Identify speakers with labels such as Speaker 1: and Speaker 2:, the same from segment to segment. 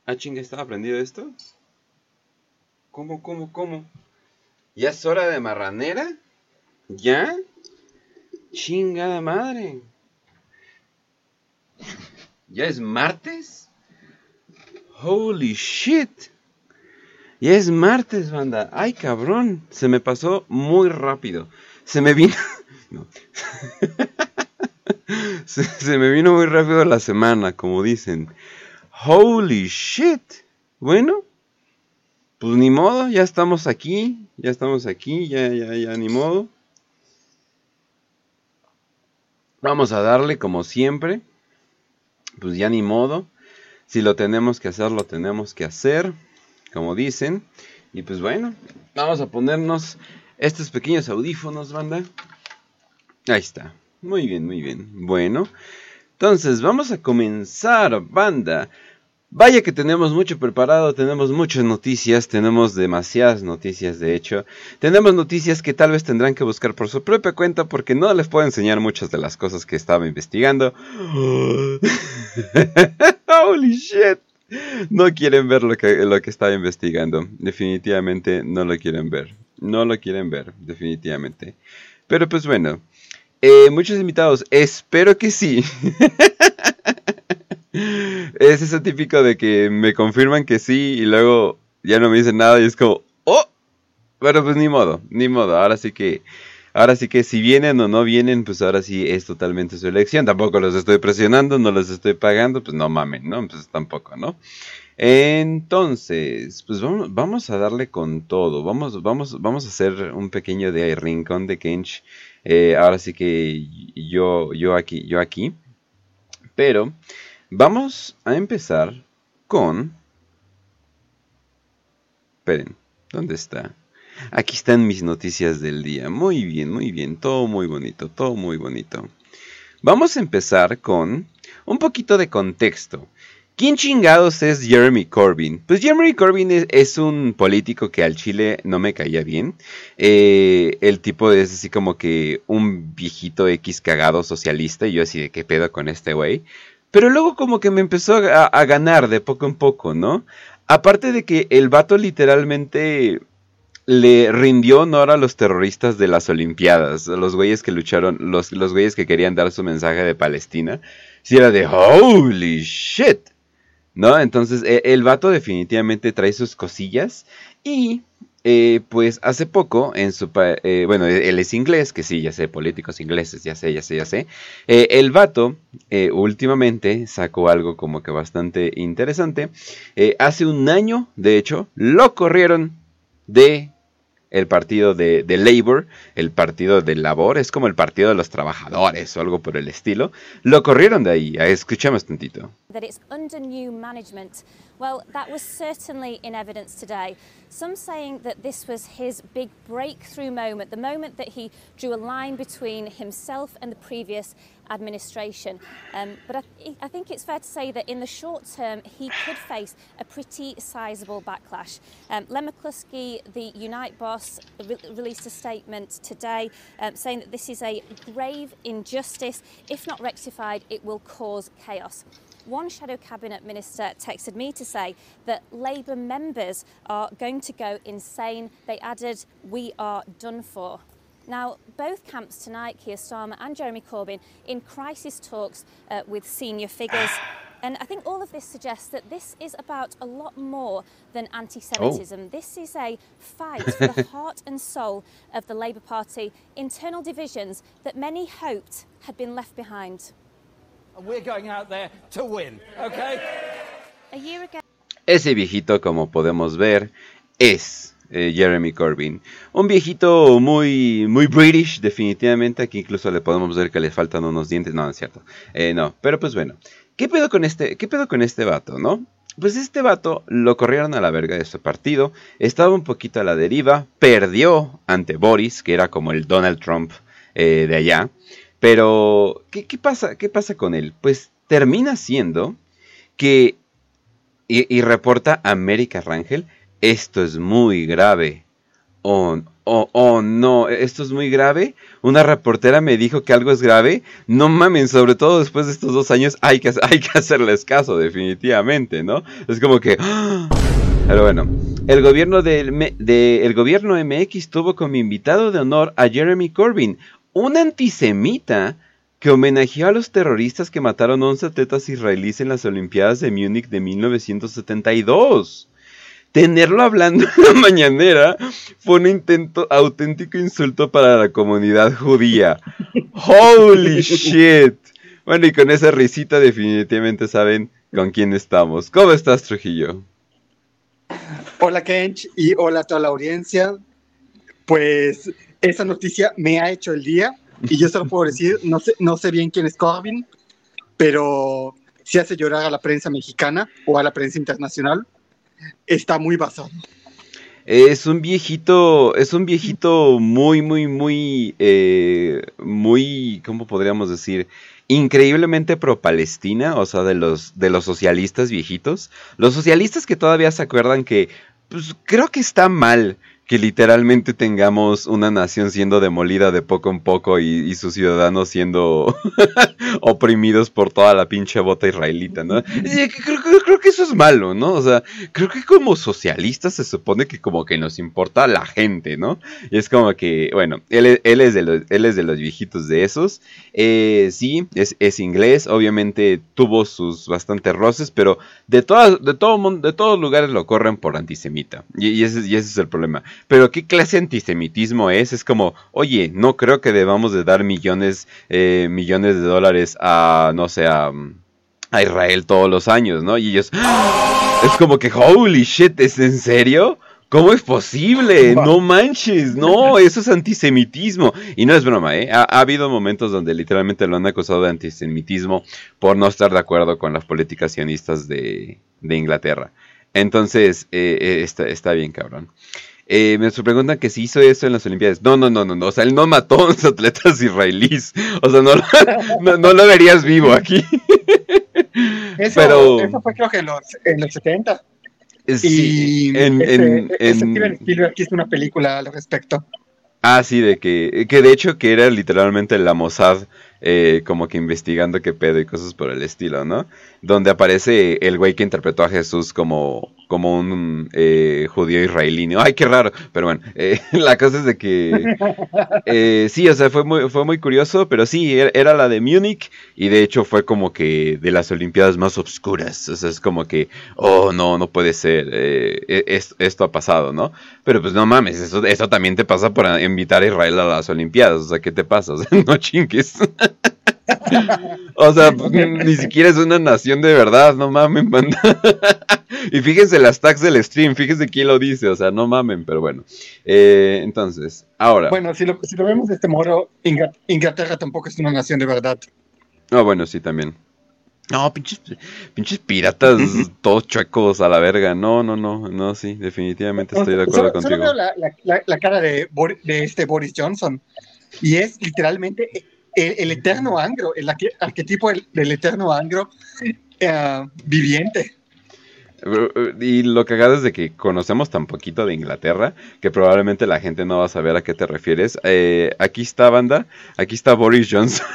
Speaker 1: Ah, chinga, ¿estaba prendido esto? ¿Cómo? ¿Ya es hora de marranera? ¿Ya? Chingada madre. ¿Ya es martes? Holy shit. Ya es martes, banda. Ay, cabrón. Se me pasó muy rápido. Se me vino... No. se me vino muy rápido la semana, como dicen. Holy shit. Bueno, pues ni modo, ya estamos aquí, ya, ni modo. Vamos a darle como siempre, pues ya ni modo. Si lo tenemos que hacer, lo tenemos que hacer, como dicen. Y pues bueno, vamos a ponernos estos pequeños audífonos, banda. Ahí está, muy bien, muy bien. Bueno, entonces vamos a comenzar, banda. Vaya que tenemos mucho preparado, tenemos muchas noticias, tenemos demasiadas noticias de hecho. Tenemos noticias que tal vez tendrán que buscar por su propia cuenta porque no les puedo enseñar muchas de las cosas que estaba investigando. Holy shit. No quieren ver lo que estaba investigando. Definitivamente no lo quieren ver. No lo quieren ver, definitivamente. Pero pues bueno. Muchos invitados, espero que sí. Es eso típico de que me confirman que sí y luego ya no me dicen nada y es como, oh, pero pues ni modo. Ahora sí que si vienen o no vienen, pues ahora sí es totalmente su elección. Tampoco los estoy presionando, no los estoy pagando, pues no mamen, ¿no? Pues tampoco, ¿no? Entonces, pues vamos a darle con todo. Vamos a hacer un pequeño de rincón de Kench. Ahora sí que yo aquí. Pero vamos a empezar con... Esperen, ¿dónde está? Aquí están mis noticias del día. Muy bien. Todo muy bonito, todo muy bonito. Vamos a empezar con un poquito de contexto. ¿Quién chingados es Jeremy Corbyn? Pues Jeremy Corbyn es un político que al chile no me caía bien. El tipo es así como que un viejito X cagado socialista. Y yo así de qué pedo con este güey. Pero luego como que me empezó a ganar de poco en poco, ¿no? Aparte de que el vato literalmente le rindió honor a los terroristas de las Olimpiadas, los güeyes que lucharon, los güeyes que querían dar su mensaje de Palestina. Sí era de holy shit, ¿no? Entonces el vato definitivamente trae sus cosillas y pues hace poco en su bueno, él es inglés, que sí, ya sé, políticos ingleses, ya sé. El vato últimamente sacó algo como que bastante interesante. Hace un año, de hecho, lo corrieron de el partido de Labour, el partido de Labor, es como el partido de los trabajadores o algo por el estilo. Lo corrieron de ahí. Escuchemos tantito.
Speaker 2: That it's under new management. Well, that was certainly in evidence today. Some saying that this was his big breakthrough moment, the moment that he drew a line between himself and the previous administration. But I think it's fair to say that in the short term, he could face a pretty sizable backlash. Len McCluskey, the Unite boss, released a statement today saying that this is a grave injustice. If not rectified, it will cause chaos. One shadow cabinet minister texted me to say that Labour members are going to go insane. They added, "We are done for." Now, both camps tonight, Keir Starmer and Jeremy Corbyn, in crisis talks with senior figures. And I think all of this suggests that this is about a lot more than anti-Semitism. This is a fight for the heart and soul of the Labour Party, internal divisions that many hoped had been left behind.
Speaker 3: We're going out there to win, okay?
Speaker 2: A year ago...
Speaker 1: Ese viejito, como podemos ver, es Jeremy Corbyn. Un viejito muy British, definitivamente. Aquí incluso le podemos ver que le faltan unos dientes. No, no es cierto. No, pero pues bueno. ¿Qué pedo con este vato, no? Pues este vato lo corrieron a la verga de su partido. Estaba un poquito a la deriva. Perdió ante Boris, que era como el Donald Trump de allá. Pero, ¿qué pasa con él? Pues termina siendo que, y reporta América Rangel, esto es muy grave. Oh, no, esto es muy grave. Una reportera me dijo que algo es grave. No mamen, sobre todo después de estos 2 años hay que hacerles caso, definitivamente, ¿no? Es como que... Pero bueno, el gobierno el gobierno MX tuvo como invitado de honor a Jeremy Corbyn, un antisemita que homenajeó a los terroristas que mataron 11 atletas israelíes en las Olimpiadas de Múnich de 1972. Tenerlo hablando en la mañanera fue un auténtico insulto para la comunidad judía. ¡Holy shit! Bueno, y con esa risita definitivamente saben con quién estamos. ¿Cómo estás, Trujillo?
Speaker 4: Hola, Kench, y hola a toda la audiencia. Pues esa noticia me ha hecho el día, y yo solo puedo decir, no sé bien quién es Corbyn, pero si hace llorar a la prensa mexicana o a la prensa internacional. Está muy basado.
Speaker 1: Es un viejito muy, ¿cómo podríamos decir? Increíblemente pro-Palestina, o sea, de los socialistas viejitos. Los socialistas que todavía se acuerdan que, pues, creo que está mal que literalmente tengamos una nación siendo demolida de poco en poco y sus ciudadanos siendo oprimidos por toda la pinche bota israelita, ¿no? Creo que eso es malo, ¿no? O sea, creo que como socialistas se supone que como que nos importa la gente, ¿no? Y es como que, bueno, él es de los viejitos de esos. Sí, es inglés, obviamente tuvo sus bastantes roces, pero de todos lugares lo corren por antisemita. Y ese es el problema. Pero ¿qué clase de antisemitismo es? Es como, oye, no creo que debamos de dar millones de dólares a, no sé, a Israel todos los años, ¿no? Y ellos, es como que, holy shit, ¿es en serio? ¿Cómo es posible? No manches, no, eso es antisemitismo. Y no es broma, ¿eh? Ha habido momentos donde literalmente lo han acusado de antisemitismo por no estar de acuerdo con las políticas sionistas de Inglaterra. Entonces, está bien, cabrón. Me preguntan que si hizo eso en las Olimpiadas. No. O sea, él no mató a los atletas israelíes. O sea, no lo verías vivo aquí.
Speaker 4: Eso fue creo que en los 70.
Speaker 1: Sí,
Speaker 4: y Steven Spielberg hizo una película al respecto.
Speaker 1: Ah, sí, de que de hecho que era literalmente la Mossad como que investigando qué pedo y cosas por el estilo, ¿no? Donde aparece el güey que interpretó a Jesús como un judío israelí. Ay, qué raro, pero bueno, la cosa es de que sí, o sea, fue muy curioso, pero sí, era la de Múnich y de hecho fue como que de las Olimpiadas más obscuras, o sea, es como que, oh, no puede ser, esto ha pasado, ¿no? Pero pues no mames, eso también te pasa por invitar a Israel a las Olimpiadas, o sea, ¿qué te pasa? O sea, no chingues. O sea, ni siquiera es una nación de verdad, no mamen, banda. Y fíjense las tags del stream, fíjense quién lo dice, o sea, no mamen, pero bueno. Entonces, ahora.
Speaker 4: Bueno, si lo vemos de este modo, Inglaterra tampoco es una nación de verdad.
Speaker 1: Ah, bueno, sí, también. No, pinches piratas todos chuecos a la verga. No, sí, definitivamente estoy de acuerdo contigo.
Speaker 4: Solo veo la cara de este Boris Johnson y es literalmente el eterno angro, el arquetipo del eterno angro viviente.
Speaker 1: Y lo cagado es de que conocemos tan poquito de Inglaterra que probablemente la gente no va a saber a qué te refieres. Aquí está, banda, aquí está Boris Johnson.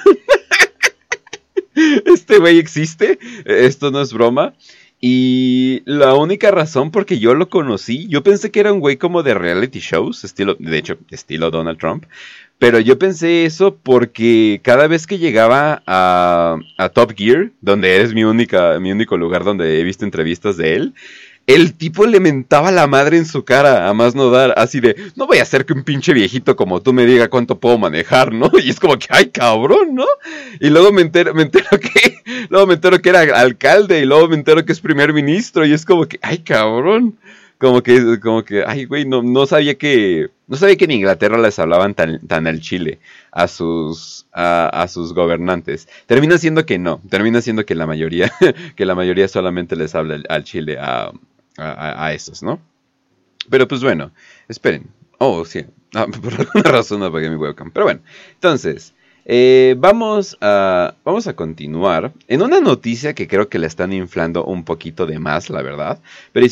Speaker 1: Este güey existe, esto no es broma. Y la única razón por que yo lo conocí, yo pensé que era un güey como de reality shows, estilo Donald Trump. Pero yo pensé eso porque cada vez que llegaba a Top Gear, donde es mi único lugar donde he visto entrevistas de él, el tipo le mentaba la madre en su cara, a más no dar, así de, no voy a hacer que un pinche viejito como tú me diga cuánto puedo manejar, ¿no? Y es como que, ay, cabrón, ¿no? Y luego me entero que era alcalde, y luego me entero que es primer ministro, y es como que, ay, cabrón. Como que, ay, güey, no sabía que en Inglaterra les hablaban tan al chile a sus gobernantes. Termina siendo que la mayoría solamente les habla al chile a esos, ¿no? Pero pues bueno, esperen. Oh, sí, por alguna razón no apagué mi webcam. Pero bueno, entonces, vamos a continuar en una noticia que creo que la están inflando un poquito de más, la verdad. Pero dicen,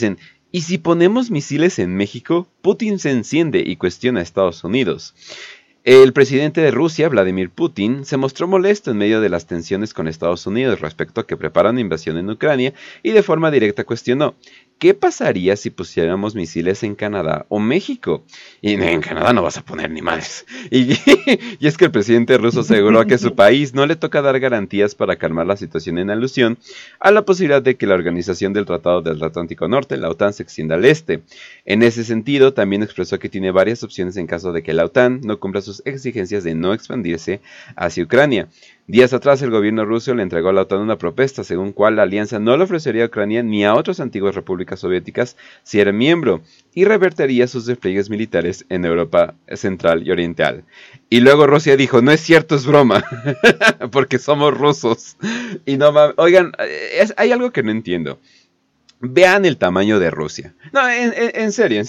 Speaker 1: Y si ponemos misiles en México, Putin se enciende y cuestiona a Estados Unidos. El presidente de Rusia, Vladimir Putin, se mostró molesto en medio de las tensiones con Estados Unidos respecto a que prepara una invasión en Ucrania y de forma directa cuestionó: ¿qué pasaría si pusiéramos misiles en Canadá o México? Y en Canadá no vas a poner ni madres. Y es que el presidente ruso aseguró que a su país no le toca dar garantías para calmar la situación, en alusión a la posibilidad de que la Organización del Tratado del Atlántico Norte, la OTAN, se extienda al este. En ese sentido, también expresó que tiene varias opciones en caso de que la OTAN no cumpla sus exigencias de no expandirse hacia Ucrania. Días atrás, el gobierno ruso le entregó a la OTAN una propuesta según cual la alianza no le ofrecería a Ucrania ni a otras antiguas repúblicas soviéticas si era miembro, y revertiría sus despliegues militares en Europa Central y Oriental. Y luego Rusia dijo: no es cierto, es broma, porque somos rusos. Y no mames, oigan, hay algo que no entiendo. Vean el tamaño de Rusia. No, en serio.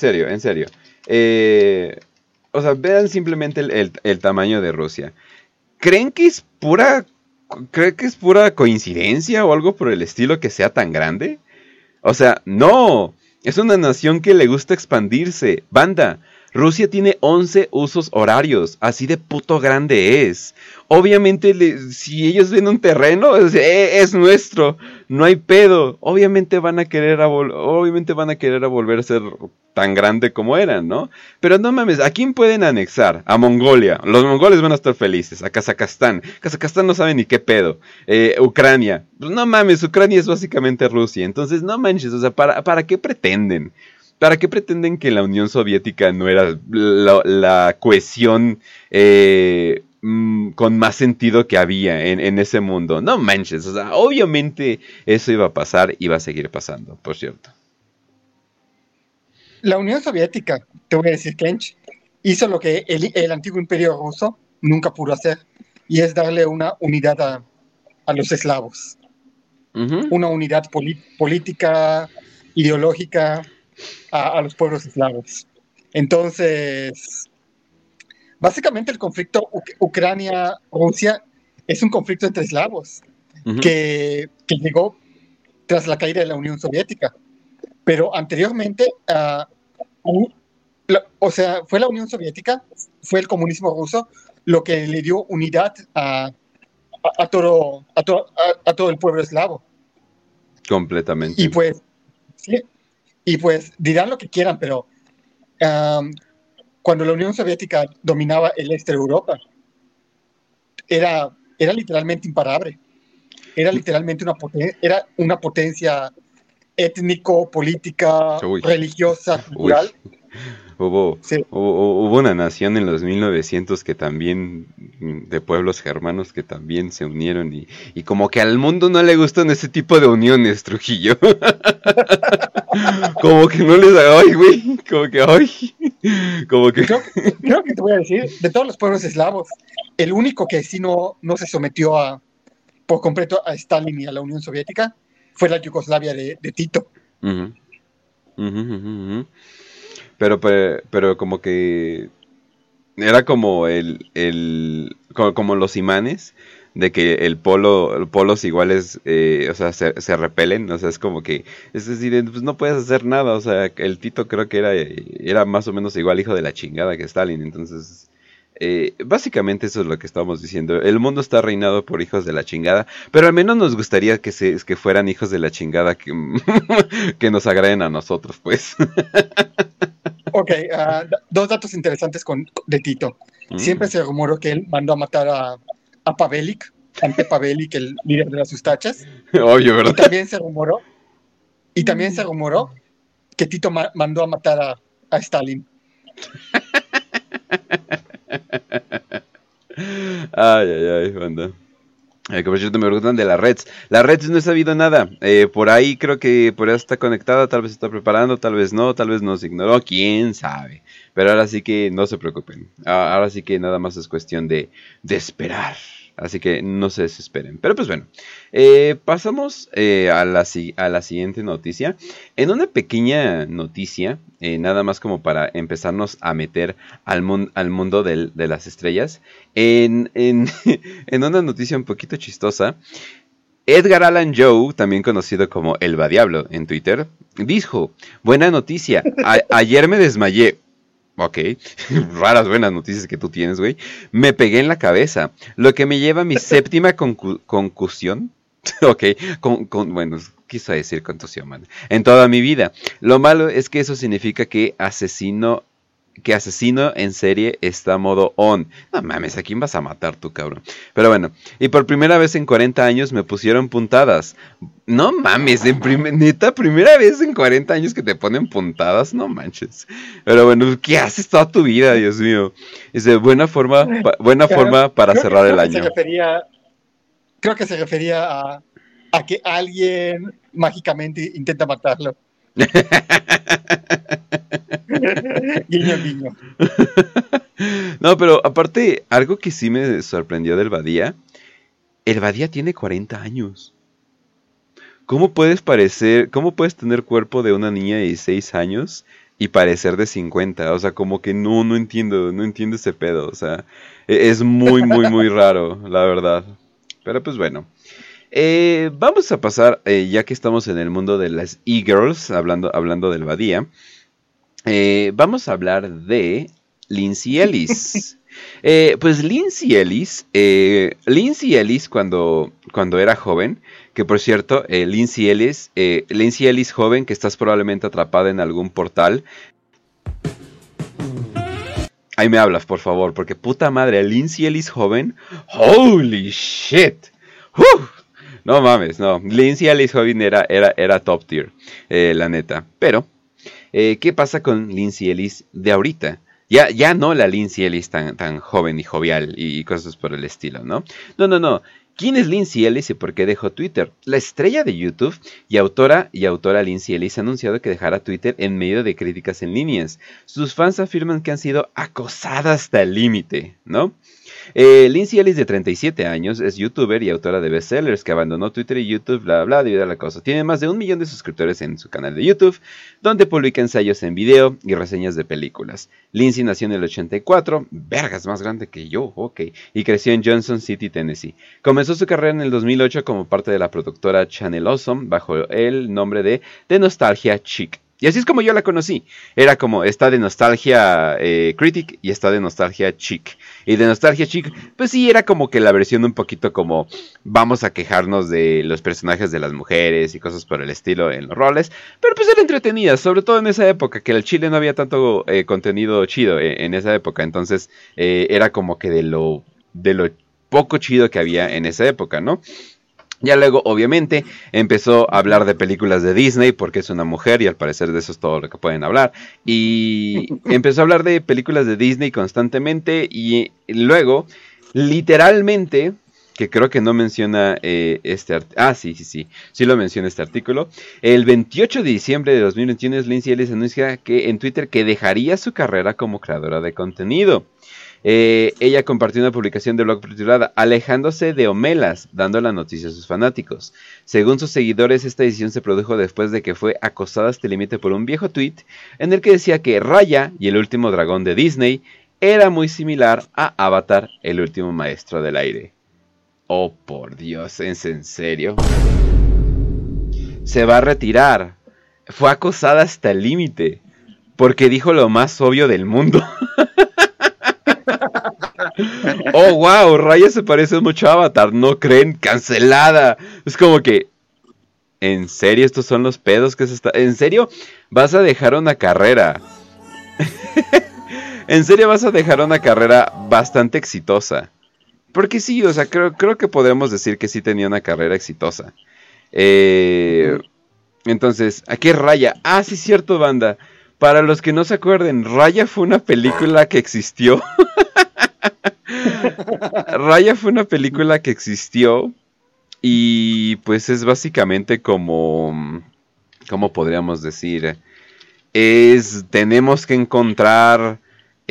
Speaker 1: O sea, vean simplemente el tamaño de Rusia. ¿Creen que es pura coincidencia o algo por el estilo que sea tan grande? O sea, no. Es una nación que le gusta expandirse. Banda, Rusia tiene 11 usos horarios. Así de puto grande es. Obviamente, si ellos ven un terreno, es nuestro. No hay pedo. Obviamente van a querer a volver a ser tan grande como eran, ¿no? Pero no mames, ¿a quién pueden anexar? A Mongolia. Los mongoles van a estar felices. A Kazajstán. Kazajstán no sabe ni qué pedo. Ucrania. Pues no mames, Ucrania es básicamente Rusia. Entonces, no manches, o sea, ¿para qué pretenden? ¿Para qué pretenden que la Unión Soviética no era la cohesión con más sentido que había en ese mundo? No manches, o sea, obviamente eso iba a pasar y va a seguir pasando, por cierto.
Speaker 4: La Unión Soviética, te voy a decir, Kench, hizo lo que el antiguo imperio ruso nunca pudo hacer, y es darle una unidad a los eslavos. Uh-huh. Una unidad política, ideológica a los pueblos eslavos. Entonces, básicamente el conflicto Ucrania-Rusia es un conflicto entre eslavos, uh-huh, que llegó tras la caída de la Unión Soviética. Pero anteriormente, fue la Unión Soviética, fue el comunismo ruso lo que le dio unidad a todo el pueblo eslavo.
Speaker 1: Completamente.
Speaker 4: Y pues, sí, dirán lo que quieran, pero cuando la Unión Soviética dominaba el este de Europa, era literalmente imparable. Era literalmente una potencia étnico, política, religiosa, cultural.
Speaker 1: Hubo una nación en los 1900 que también, de pueblos germanos que también se unieron y como que al mundo no le gustan ese tipo de uniones, Trujillo. Como que no les da, ay, güey, como que...
Speaker 4: Creo que te voy a decir, de todos los pueblos eslavos, el único que sí no se sometió por completo a Stalin y a la Unión Soviética fue la Yugoslavia de Tito.
Speaker 1: Uh-huh. Uh-huh. Pero como que era como como los imanes, de que polos iguales, o sea, se repelen, o sea, es como que, es decir, pues no puedes hacer nada, o sea, el Tito creo que era más o menos igual hijo de la chingada que Stalin, entonces... básicamente eso es lo que estamos diciendo. El mundo está reinado por hijos de la chingada, pero al menos nos gustaría que fueran hijos de la chingada que nos agraden a nosotros, pues.
Speaker 4: Ok, dos datos interesantes de Tito. Siempre se rumoró que él mandó a matar a Pavelic, ante Pavelic, el líder de las Ustachas.
Speaker 1: Obvio, ¿verdad?
Speaker 4: Y también se rumoró que Tito mandó a matar a Stalin.
Speaker 1: Ay, banda. Que por cierto me preguntan de la Reds. La Reds no he sabido nada. Por ahí creo que por ahí está conectada. Tal vez está preparando, tal vez nos ignoró. Quién sabe. Pero ahora sí que no se preocupen. Ahora sí que nada más es cuestión de esperar. Así que no se desesperen. Pero pues bueno, pasamos a la siguiente noticia. En una pequeña noticia, nada más como para empezarnos a meter al mundo de las estrellas. En una noticia un poquito chistosa, Edgar Allan Poe, también conocido como El Badiablo en Twitter, Dijo, buena noticia, ayer me desmayé. Ok, raras buenas noticias que tú tienes, güey. Me pegué en la cabeza, lo que me lleva a mi séptima concusión. Ok, bueno, quiso decir contusión, man. En toda mi vida. Lo malo es que eso significa que asesino en serie está modo on. No mames, ¿a quién vas a matar tú, cabrón? Pero bueno, y por primera vez en 40 años me pusieron puntadas. No mames, neta, primera vez en 40 años que te ponen puntadas, no manches. Pero bueno, ¿qué haces toda tu vida, Dios mío? Es de buena forma para cerrar el año.
Speaker 4: Creo que se refería a que alguien mágicamente intenta matarlo. Guiño, guiño.
Speaker 1: No, pero aparte, algo que sí me sorprendió del Badía, el Badía tiene 40 años. ¿Cómo puedes tener cuerpo de una niña de 16 años y parecer de 50? O sea, como que no entiendo ese pedo. O sea, es muy, muy, muy raro, la verdad. Pero pues bueno. Vamos a pasar, ya que estamos en el mundo de las e-girls, hablando del Badía. Vamos a hablar de Lindsay Ellis. Pues Lindsay Ellis cuando era joven, que por cierto, Lindsay Ellis joven, que estás probablemente atrapada en algún portal. Ahí me hablas, por favor, porque puta madre, Lindsay Ellis joven, holy shit. No mames, no. Lindsay Ellis joven era top tier, la neta. Pero ¿qué pasa con Lindsay Ellis de ahorita? Ya no la Lindsay Ellis tan joven y jovial y cosas por el estilo, ¿no? No. ¿Quién es Lindsay Ellis y por qué dejó Twitter? La estrella de YouTube y autora Lindsay Ellis ha anunciado que dejará Twitter en medio de críticas en líneas. Sus fans afirman que han sido acosadas hasta el límite, ¿no? Lindsay Ellis, de 37 años, es youtuber y autora de bestsellers que abandonó Twitter y YouTube, bla bla, debido a la cosa. Tiene más de 1 millón de suscriptores en su canal de YouTube, donde publica ensayos en video y reseñas de películas. Lindsay nació en el 84, vergas, más grande que yo, ok, y creció en Johnson City, Tennessee. Comenzó su carrera en el 2008 como parte de la productora Channel Awesome, bajo el nombre de The Nostalgia Chick. Y así es como yo la conocí. Era como, está de Nostalgia Critic y está de Nostalgia Chick. Y de Nostalgia Chick, pues sí, era como que la versión un poquito como, vamos a quejarnos de los personajes de las mujeres y cosas por el estilo en los roles. Pero pues era entretenida, sobre todo en esa época, que el Chile no había tanto contenido chido en esa época. Entonces era como que de lo poco chido que había en esa época, ¿no? Ya luego, obviamente, empezó a hablar de películas de Disney, porque es una mujer y al parecer de eso es todo lo que pueden hablar. Y empezó a hablar de películas de Disney constantemente y luego, literalmente, que creo que no menciona sí lo menciona este artículo. El 28 de diciembre de 2021, Lindsay Ellis anuncia en Twitter que dejaría su carrera como creadora de contenido. Ella compartió una publicación de blog titulada Alejándose de Omelas, dando la noticia a sus fanáticos. Según sus seguidores, esta decisión se produjo después de que fue acosada hasta el límite por un viejo tweet en el que decía que Raya y el último dragón de Disney era muy similar a Avatar, el último maestro del aire. Oh, por Dios, ¿es en serio? Se va a retirar. Fue acosada hasta el límite porque dijo lo más obvio del mundo. Oh, wow, Raya se parece mucho a Avatar, ¿no creen? Cancelada. Es como que, ¿en serio estos son los pedos que se está? ¿En serio vas a dejar una carrera? ¿En serio vas a dejar una carrera bastante exitosa? Porque sí, o sea, creo que podemos decir que sí tenía una carrera exitosa. Entonces, ¿a qué Raya? Ah, sí, cierto, banda. Para los que no se acuerden, Raya fue una película que existió. Raya fue una película que existió y pues es básicamente como, ¿cómo podríamos decir? Tenemos que encontrar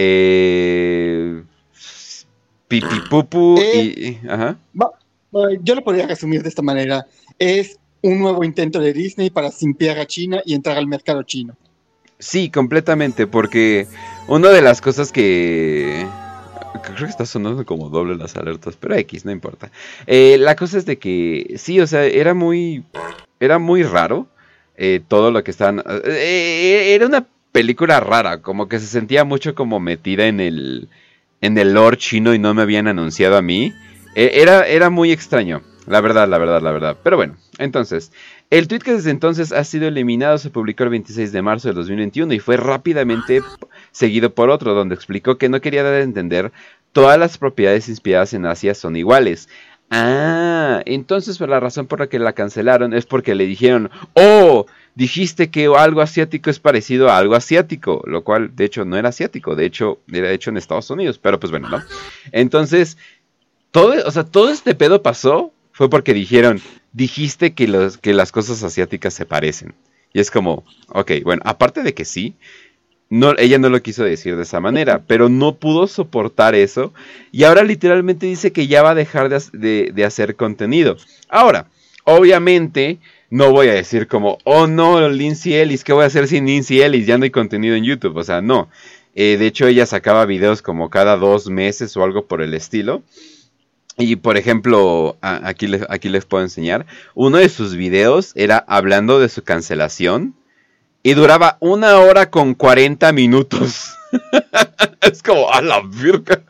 Speaker 1: pipipupu y... Ajá.
Speaker 4: Yo lo podría resumir de esta manera. Es un nuevo intento de Disney para simpiar a China y entrar al mercado chino.
Speaker 1: Sí, completamente, porque una de las cosas que... Creo que está sonando como doble las alertas, pero X, no importa. La cosa es de que sí, o sea, era muy raro todo lo que estaban... era una película rara, como que se sentía mucho como metida en el lore chino y no me habían anunciado a mí. Era muy extraño, la verdad. Pero bueno, entonces, el tweet que desde entonces ha sido eliminado se publicó el 26 de marzo de 2021 y fue rápidamente seguido por otro, donde explicó que no quería dar a entender todas las propiedades inspiradas en Asia son iguales. Entonces la razón por la que la cancelaron es porque le dijeron, oh, dijiste que algo asiático es parecido a algo asiático, lo cual de hecho no era asiático, de hecho era hecho en Estados Unidos, pero pues bueno, ¿no? Entonces, todo este pedo pasó fue porque dijeron, dijiste que las cosas asiáticas se parecen. Y es como, ok, bueno, aparte de que sí, no, ella no lo quiso decir de esa manera, pero no pudo soportar eso y ahora literalmente dice que ya va a dejar de hacer contenido. Ahora, obviamente no voy a decir como, oh no, Lindsay Ellis, ¿qué voy a hacer sin Lindsay Ellis? Ya no hay contenido en YouTube, o sea, no. De hecho, ella sacaba videos como cada 2 meses o algo por el estilo. Y por ejemplo, aquí les puedo enseñar, uno de sus videos era hablando de su cancelación. Y duraba 1 hora con 40 minutos. Es como, a la virga.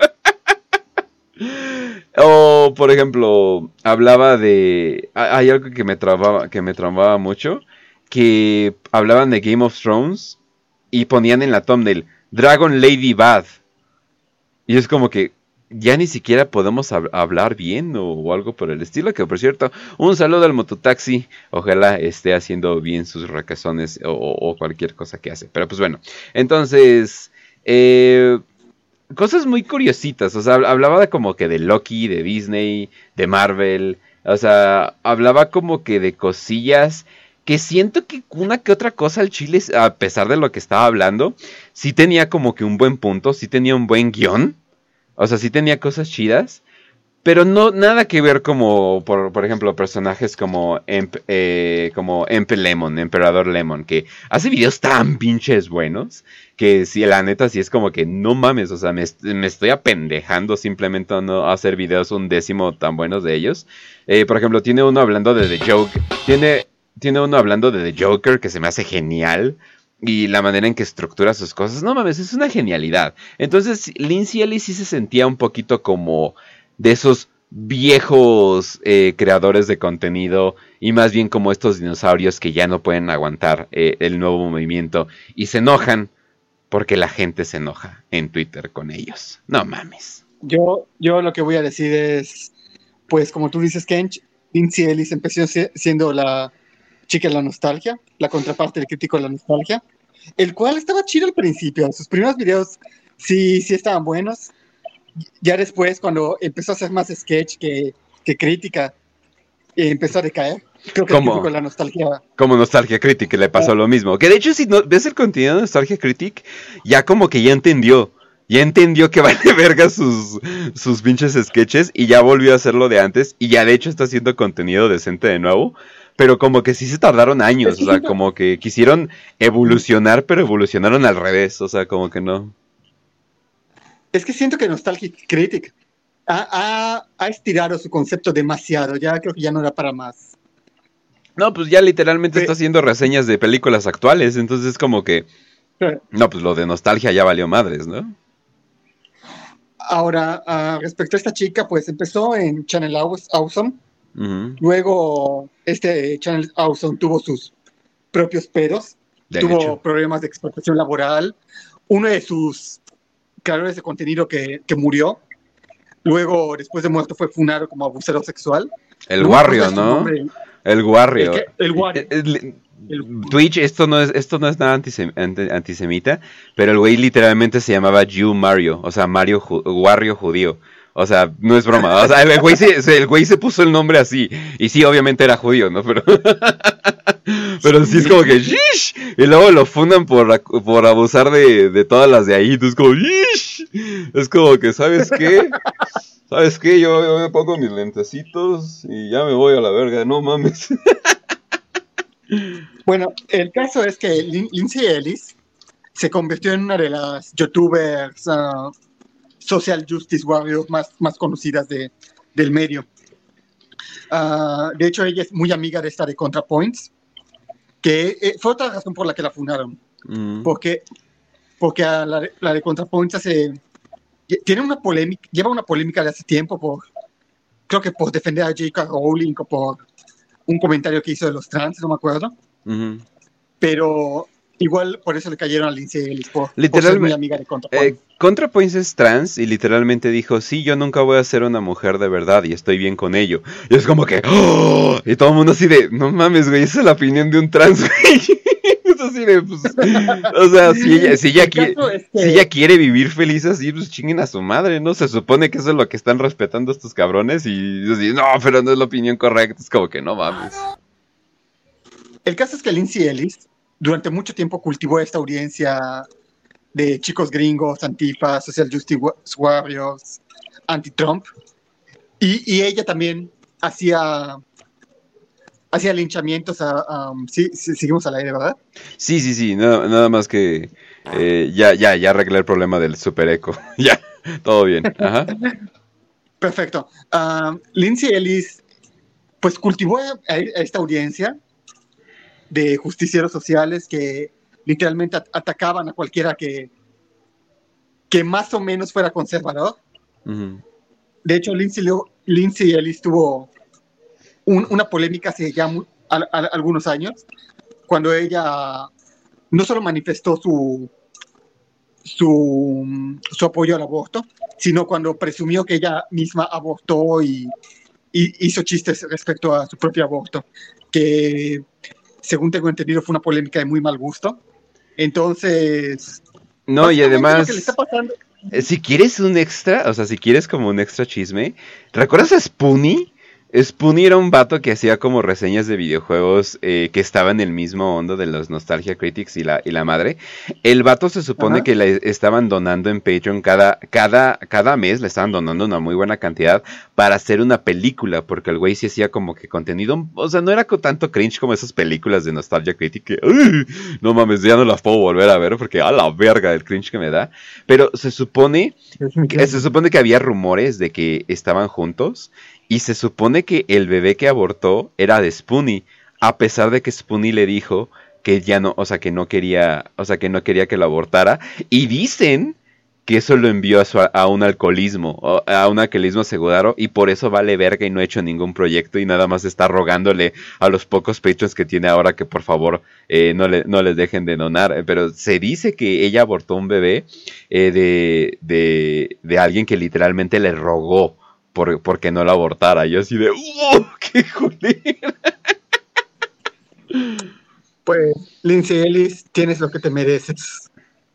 Speaker 1: O, por ejemplo, hablaba de... Hay algo que me trababa mucho. Que hablaban de Game of Thrones. Y ponían en la thumbnail, Dragon Lady Bad. Y es como que... ya ni siquiera podemos hablar bien o algo por el estilo. Que por cierto, un saludo al mototaxi. Ojalá esté haciendo bien sus requesones o cualquier cosa que hace. Pero pues bueno, entonces, cosas muy curiositas. O sea, hablaba como que de Loki, de Disney, de Marvel. O sea, hablaba como que de cosillas que siento que una que otra cosa al chile, a pesar de lo que estaba hablando, sí tenía como que un buen punto, sí tenía un buen guión. O sea, sí tenía cosas chidas, pero no nada que ver como, por ejemplo, personajes como Lemon, Emperador Lemon, que hace videos tan pinches buenos, que sí, la neta sí es como que no mames, o sea, me estoy apendejando simplemente a no hacer videos 1/10 tan buenos de ellos. Por ejemplo, tiene uno hablando de The Joker, tiene uno hablando de The Joker que se me hace genial. Y la manera en que estructura sus cosas, no mames, es una genialidad. Entonces, Lindsay Ellis sí se sentía un poquito como de esos viejos creadores de contenido. Y más bien como estos dinosaurios que ya no pueden aguantar el nuevo movimiento. Y se enojan porque la gente se enoja en Twitter con ellos. No mames.
Speaker 4: Yo lo que voy a decir es, pues como tú dices, Kench, Lindsay Ellis empezó siendo la chica de la nostalgia, la contraparte del crítico de la nostalgia, el cual estaba chido al principio. Sus primeros videos sí estaban buenos. Ya después, cuando empezó a hacer más sketch que crítica, empezó a decaer. Creo que el crítico de la nostalgia...
Speaker 1: Como Nostalgia Critic le pasó lo mismo. Que de hecho, si no ves el contenido de Nostalgia Critic, ya como que ya entendió. Ya entendió que vale verga sus pinches sketches y ya volvió a hacer lo de antes. Y ya de hecho está haciendo contenido decente de nuevo. Pero como que sí se tardaron años, o sea, como que quisieron evolucionar, pero evolucionaron al revés, o sea, como que no.
Speaker 4: Es que siento que Nostalgic Critic ha estirado su concepto demasiado, ya creo que ya no era para más.
Speaker 1: No, pues ya literalmente está haciendo reseñas de películas actuales, entonces es como que... No, pues lo de nostalgia ya valió madres, ¿no?
Speaker 4: Ahora, respecto a esta chica, pues empezó en Channel Awesome.
Speaker 1: Uh-huh.
Speaker 4: Luego, Channel Awesome tuvo sus propios pedos. Tuvo problemas de explotación laboral. Uno de sus creadores de contenido que murió. Luego, después de muerto, fue funado como abusador sexual.
Speaker 1: El Warrior, ¿no? El Warrior.
Speaker 4: El Warrior.
Speaker 1: Twitch, esto no es nada antisemita, pero el güey literalmente se llamaba Jew Mario, o sea, Warrior judío. O sea, no es broma. O sea, el güey se puso el nombre así. Y sí, obviamente era judío, ¿no? Pero sí es como que ¡shish! Y luego lo fundan por abusar de todas las de ahí. Entonces como ¡shish! Es como que, ¿sabes qué? ¿Sabes qué? Yo me pongo mis lentecitos y ya me voy a la verga. No mames.
Speaker 4: Bueno, el caso es que Lindsay Ellis se convirtió en una de las youtubers social justice warriors más conocidas del medio. De hecho, ella es muy amiga de esta de ContraPoints. que fue otra razón por la que la fundaron. Porque a la de ContraPoints tiene una polémica, lleva una polémica de hace tiempo creo que por defender a J.K. Rowling o por un comentario que hizo de los trans, no me acuerdo. Pero igual por eso le cayeron a Lindsay Ellis por ser muy amiga de ContraPoints.
Speaker 1: ContraPoints es trans y literalmente dijo, sí, yo nunca voy a ser una mujer de verdad y estoy bien con ello. Y es como que, ¡oh! Y todo el mundo así de, no mames, güey, esa es la opinión de un trans, güey. Es así de, pues, o sea, si ella quiere vivir feliz así, pues chinguen a su madre, ¿no? Se supone que eso es lo que están respetando estos cabrones y así, no, pero no es la opinión correcta, es como que no mames.
Speaker 4: El caso es que Lindsay Ellis durante mucho tiempo cultivó esta audiencia de chicos gringos, antifa, social justice warriors, anti-Trump, y ella también hacía linchamientos sí, seguimos al aire, ¿verdad?
Speaker 1: Sí, nada más que ya arreglé el problema del super eco. Ya, todo bien. Ajá.
Speaker 4: Perfecto. Lindsay Ellis pues cultivó a esta audiencia de justicieros sociales que literalmente atacaban a cualquiera que más o menos fuera conservador. De hecho, Lindsay Ellis tuvo una polémica hace ya algunos años, cuando ella no solo manifestó su apoyo al aborto, sino cuando presumió que ella misma abortó y hizo chistes respecto a su propio aborto, que según tengo entendido fue una polémica de muy mal gusto. Entonces,
Speaker 1: no, y además,
Speaker 4: lo que le está pasando,
Speaker 1: si quieres un extra, o sea, si quieres como un extra chisme, ¿recuerdas a Spoonie? Spoonie era un vato que hacía como reseñas de videojuegos que estaba en el mismo onda de los Nostalgia Critics y la madre. El vato se supone que le estaban donando en Patreon cada mes, le estaban donando una muy buena cantidad para hacer una película, porque el güey sí hacía como que contenido, o sea, no era con tanto cringe como esas películas de Nostalgia Critic que, no mames, ya no las puedo volver a ver porque a la verga el cringe que me da. Pero se supone que había rumores de que estaban juntos. Y se supone que el bebé que abortó era de Spoonie, a pesar de que Spoonie le dijo que ya no, o sea, que no quería que lo abortara. Y dicen que eso lo envió a un alcoholismo seguro, y por eso vale verga y no ha hecho ningún proyecto y nada más está rogándole a los pocos Patreons que tiene ahora que por favor no les dejen de donar. Pero se dice que ella abortó un bebé de alguien que literalmente le rogó porque no la abortara. Yo así de ¡qué culera!
Speaker 4: Pues, Lindsay Ellis, tienes lo que te mereces.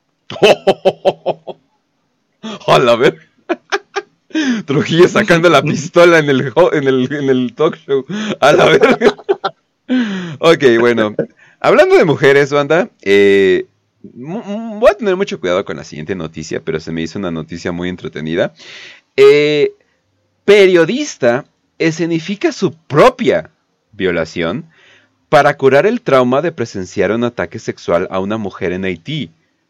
Speaker 1: ¡A la ver! Trujillo sacando la pistola en el talk show. ¡A la verga! Ok, bueno. Hablando de mujeres, banda, voy a tener mucho cuidado con la siguiente noticia, pero se me hizo una noticia muy entretenida. Periodista escenifica su propia violación para curar el trauma de presenciar un ataque sexual a una mujer en Haití.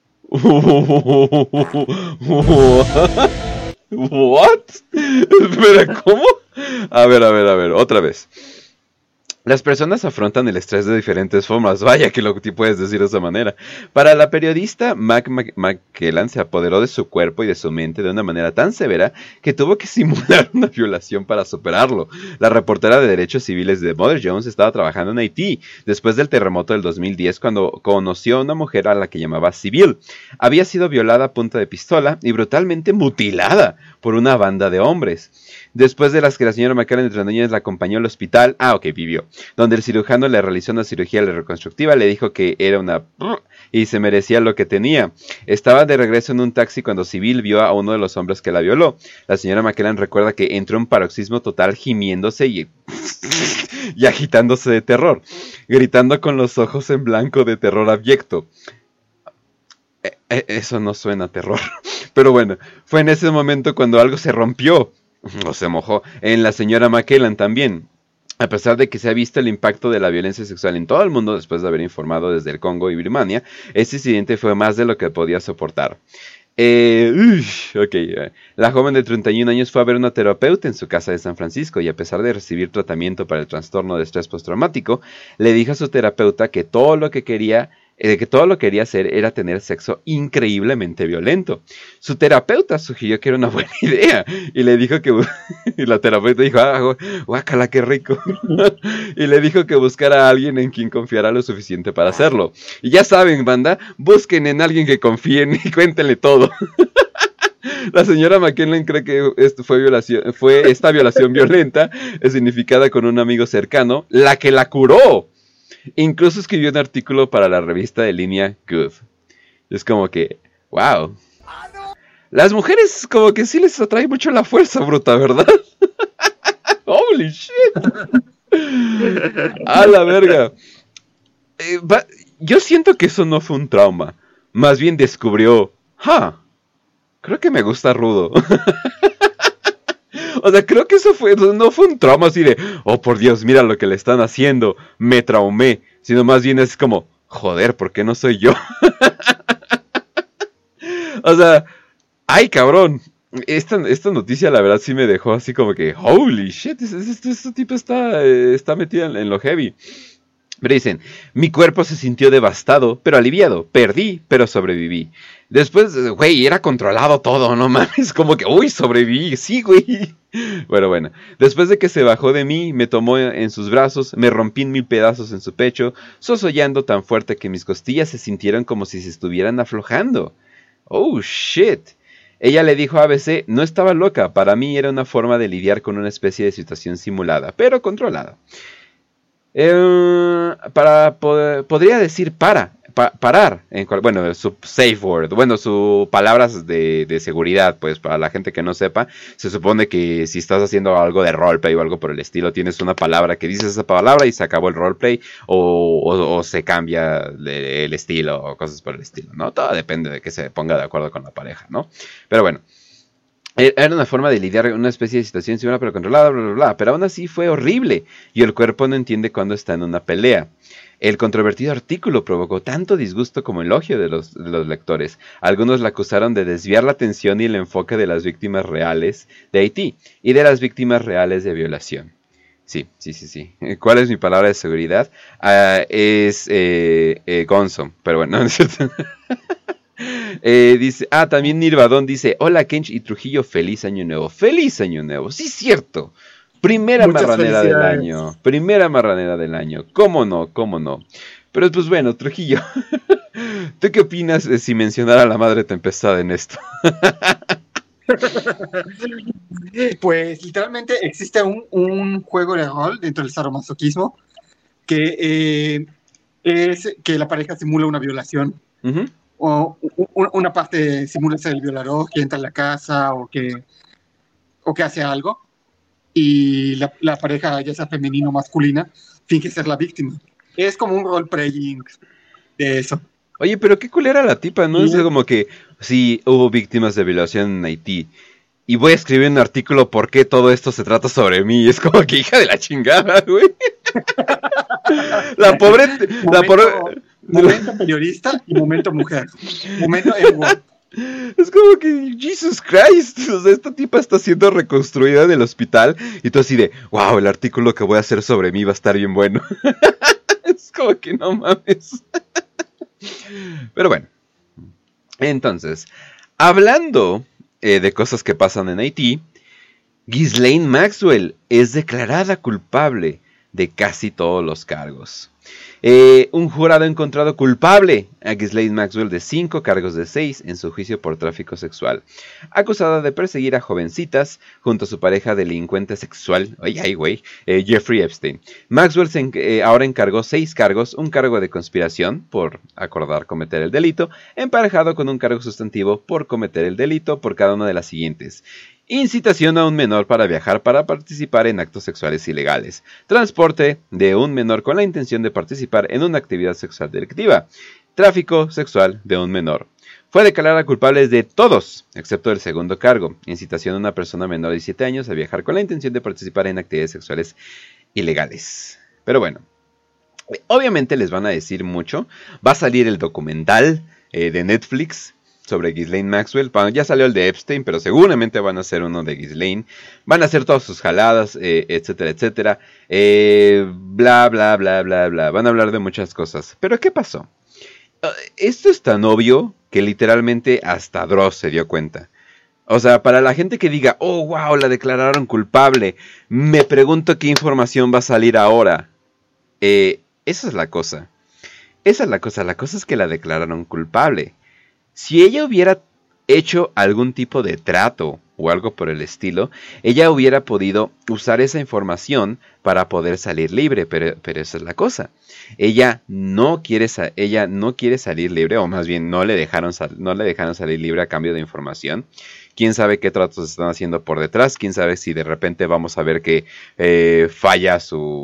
Speaker 1: ¿What? Espera, ¿cómo? A ver, otra vez. Las personas afrontan el estrés de diferentes formas. Vaya que lo puedes decir de esa manera. Para la periodista, McKellan se apoderó de su cuerpo y de su mente de una manera tan severa que tuvo que simular una violación para superarlo. La reportera de derechos civiles de Mother Jones estaba trabajando en Haití después del terremoto del 2010 cuando conoció a una mujer a la que llamaba Sibyl. Había sido violada a punta de pistola y brutalmente mutilada por una banda de hombres. Después de las que la señora McKellan entre niñas la acompañó al hospital, vivió, donde el cirujano le realizó una cirugía reconstructiva, le dijo que era una y se merecía lo que tenía. Estaba de regreso en un taxi cuando Sibyl vio a uno de los hombres que la violó. La señora McKellan recuerda que entró en paroxismo total gimiéndose y agitándose de terror, gritando con los ojos en blanco de terror abyecto. Eso no suena a terror. Pero bueno, fue en ese momento cuando algo se rompió, o se mojó, en la señora McKellan también. A pesar de que se ha visto el impacto de la violencia sexual en todo el mundo después de haber informado desde el Congo y Birmania, este incidente fue más de lo que podía soportar. La joven de 31 años fue a ver una terapeuta en su casa de San Francisco y a pesar de recibir tratamiento para el trastorno de estrés postraumático, le dijo a su terapeuta que todo lo que quería hacer era tener sexo increíblemente violento. Su terapeuta sugirió que era una buena idea y le dijo que y la terapeuta dijo, guácala, qué rico. Y le dijo que buscara a alguien en quien confiara lo suficiente para hacerlo. Y ya saben, banda, busquen en alguien que confíen y cuéntenle todo. La señora McKinley cree que fue esta violación violenta, significada con un amigo cercano, la que la curó. Incluso escribió un artículo para la revista de línea Good. Es como que, wow. Las mujeres como que sí les atrae mucho la fuerza bruta, ¿verdad? Holy shit. A la verga. Yo siento que eso no fue un trauma. Más bien descubrió, creo que me gusta rudo. O sea, creo que eso no fue un trauma así de, oh por Dios, mira lo que le están haciendo, me traumé. Sino más bien es como, joder, ¿por qué no soy yo? O sea, ay cabrón. Esta noticia la verdad sí me dejó así como que, holy shit, este tipo está metido en lo heavy. Pero dicen, mi cuerpo se sintió devastado, pero aliviado. Perdí, pero sobreviví. Después, güey, era controlado todo, no mames. Como que, uy, sobreviví, sí, güey. Bueno. Después de que se bajó de mí, me tomó en sus brazos, me rompí en 1000 pedazos en su pecho, sosollando tan fuerte que mis costillas se sintieron como si se estuvieran aflojando. Oh, shit. Ella le dijo a ABC, no estaba loca, para mí era una forma de lidiar con una especie de situación simulada, pero controlada. Podría decir parar, su safe word, sus palabras de seguridad, pues para la gente que no sepa, se supone que si estás haciendo algo de roleplay o algo por el estilo, tienes una palabra que dices esa palabra y se acabó el roleplay, o se cambia el estilo o cosas por el estilo, ¿no? Todo depende de que se ponga de acuerdo con la pareja, ¿no? Pero bueno. Era una forma de lidiar con una especie de situación similar pero controlada, bla, bla, bla. Pero aún así fue horrible. Y el cuerpo no entiende cuando está en una pelea. El controvertido artículo provocó tanto disgusto como elogio de los lectores. Algunos la acusaron de desviar la atención y el enfoque de las víctimas reales de Haití y de las víctimas reales de violación. Sí. ¿Cuál es mi palabra de seguridad? Es Gonzo. Pero bueno, no es cierto. Dice, también Nirvadón dice, hola Kench y Trujillo, feliz año nuevo. ¡Feliz año nuevo! Sí, cierto. Primera marranera del año. ¿Cómo no? Pero pues bueno, Trujillo, ¿tú qué opinas de si mencionar a la Madre Tempestad en esto?
Speaker 4: Pues literalmente existe un juego de rol dentro del sadomasoquismo que es que la pareja simula una violación. Uh-huh. O una parte simula ser el violador que entra a la casa o que hace algo y la pareja, ya sea femenina o masculina, finge ser la víctima. Es como un role-playing de eso.
Speaker 1: Oye, pero qué culera la tipa, ¿no? Sí. Es como que sí, hubo víctimas de violación en Haití y voy a escribir un artículo por qué todo esto se trata sobre mí. Es como que hija de la chingada, güey. La pobre...
Speaker 4: Momento periodista y momento mujer. Momento Edward.
Speaker 1: Es como que, Jesus Christ, o sea, esta tipa está siendo reconstruida del hospital y tú así de, wow, el artículo que voy a hacer sobre mí va a estar bien bueno. Es como que no mames. Pero bueno, entonces, hablando de cosas que pasan en Haití, Ghislaine Maxwell es declarada culpable de casi todos los cargos. Un jurado ha encontrado culpable a Ghislaine Maxwell de 5 cargos de 6 en su juicio por tráfico sexual, acusada de perseguir a jovencitas junto a su pareja delincuente sexual, Jeffrey Epstein. Maxwell ahora encargó 6 cargos, un cargo de conspiración por acordar cometer el delito, emparejado con un cargo sustantivo por cometer el delito por cada una de las siguientes: incitación a un menor para viajar para participar en actos sexuales ilegales, transporte de un menor con la intención de participar en una actividad sexual delictiva, tráfico sexual de un menor. Fue declarada culpable de todos, excepto el segundo cargo, incitación a una persona menor de 17 años a viajar con la intención de participar en actividades sexuales ilegales. Pero bueno, obviamente les van a decir mucho. Va a salir el documental de Netflix. sobre Ghislaine Maxwell. Ya salió el de Epstein, pero seguramente van a hacer uno de Ghislaine. Van a hacer todas sus jaladas, etcétera, etcétera. Bla, bla, bla, bla, bla. Van a hablar de muchas cosas. Pero ¿qué pasó? Esto es tan obvio que literalmente hasta Dross se dio cuenta. O sea, para la gente que diga, oh, wow, la declararon culpable, me pregunto qué información va a salir ahora. Esa es la cosa. Esa es la cosa. La cosa es que la declararon culpable. Si ella hubiera hecho algún tipo de trato o algo por el estilo, ella hubiera podido usar esa información para poder salir libre, pero esa es la cosa. Ella no quiere salir libre, o más bien no le dejaron salir libre a cambio de información. Quién sabe qué tratos están haciendo por detrás, quién sabe si de repente vamos a ver que falla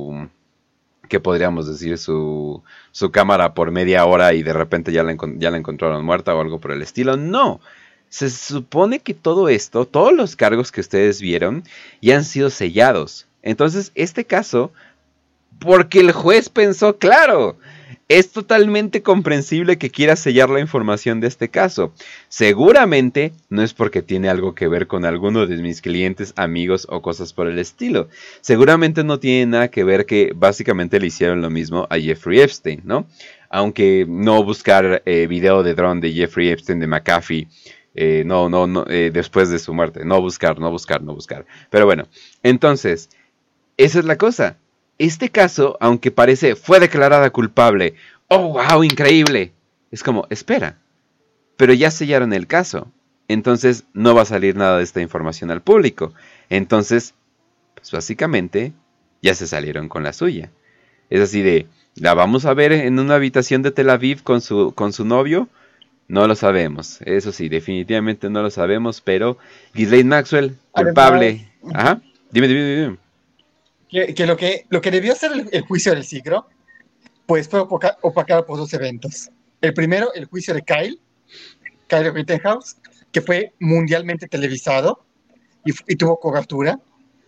Speaker 1: ¿qué podríamos decir? Su cámara por media hora y de repente ya la encontraron muerta o algo por el estilo. No, se supone que todo esto, todos los cargos que ustedes vieron ya han sido sellados. Entonces, este caso, porque el juez pensó, claro, es totalmente comprensible que quiera sellar la información de este caso. Seguramente no es porque tiene algo que ver con alguno de mis clientes, amigos o cosas por el estilo. Seguramente no tiene nada que ver que básicamente le hicieron lo mismo a Jeffrey Epstein, ¿no? Aunque no buscar video de dron de Jeffrey Epstein de McAfee. Después de su muerte. No buscar. Pero bueno, entonces, esa es la cosa. Este caso, aunque fue declarada culpable. ¡Oh, wow! ¡Increíble! Es como, espera. Pero ya sellaron el caso. Entonces, no va a salir nada de esta información al público. Entonces, pues básicamente, ya se salieron con la suya. Es así de, ¿la vamos a ver en una habitación de Tel Aviv con su novio? No lo sabemos. Eso sí, definitivamente no lo sabemos. Pero Ghislaine Maxwell, culpable. Ajá. Dime.
Speaker 4: Que lo que debió ser el juicio del siglo, pues fue opacado por dos eventos. El primero, el juicio de Kyle Rittenhouse, que fue mundialmente televisado y tuvo cobertura.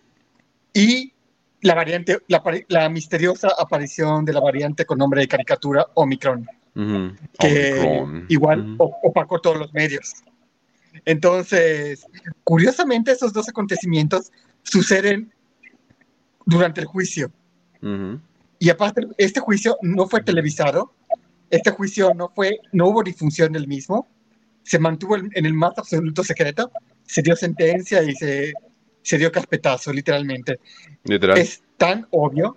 Speaker 4: Y la misteriosa aparición de la variante con nombre de caricatura Omicron, que
Speaker 1: Omicron.
Speaker 4: igual opacó todos los medios. Entonces, curiosamente, esos dos acontecimientos suceden durante el juicio. Y aparte, este juicio no fue televisado, este juicio no hubo difusión del mismo, se mantuvo en el más absoluto secreto, se dio sentencia y se dio carpetazo, literalmente.
Speaker 1: Literal.
Speaker 4: Es tan obvio.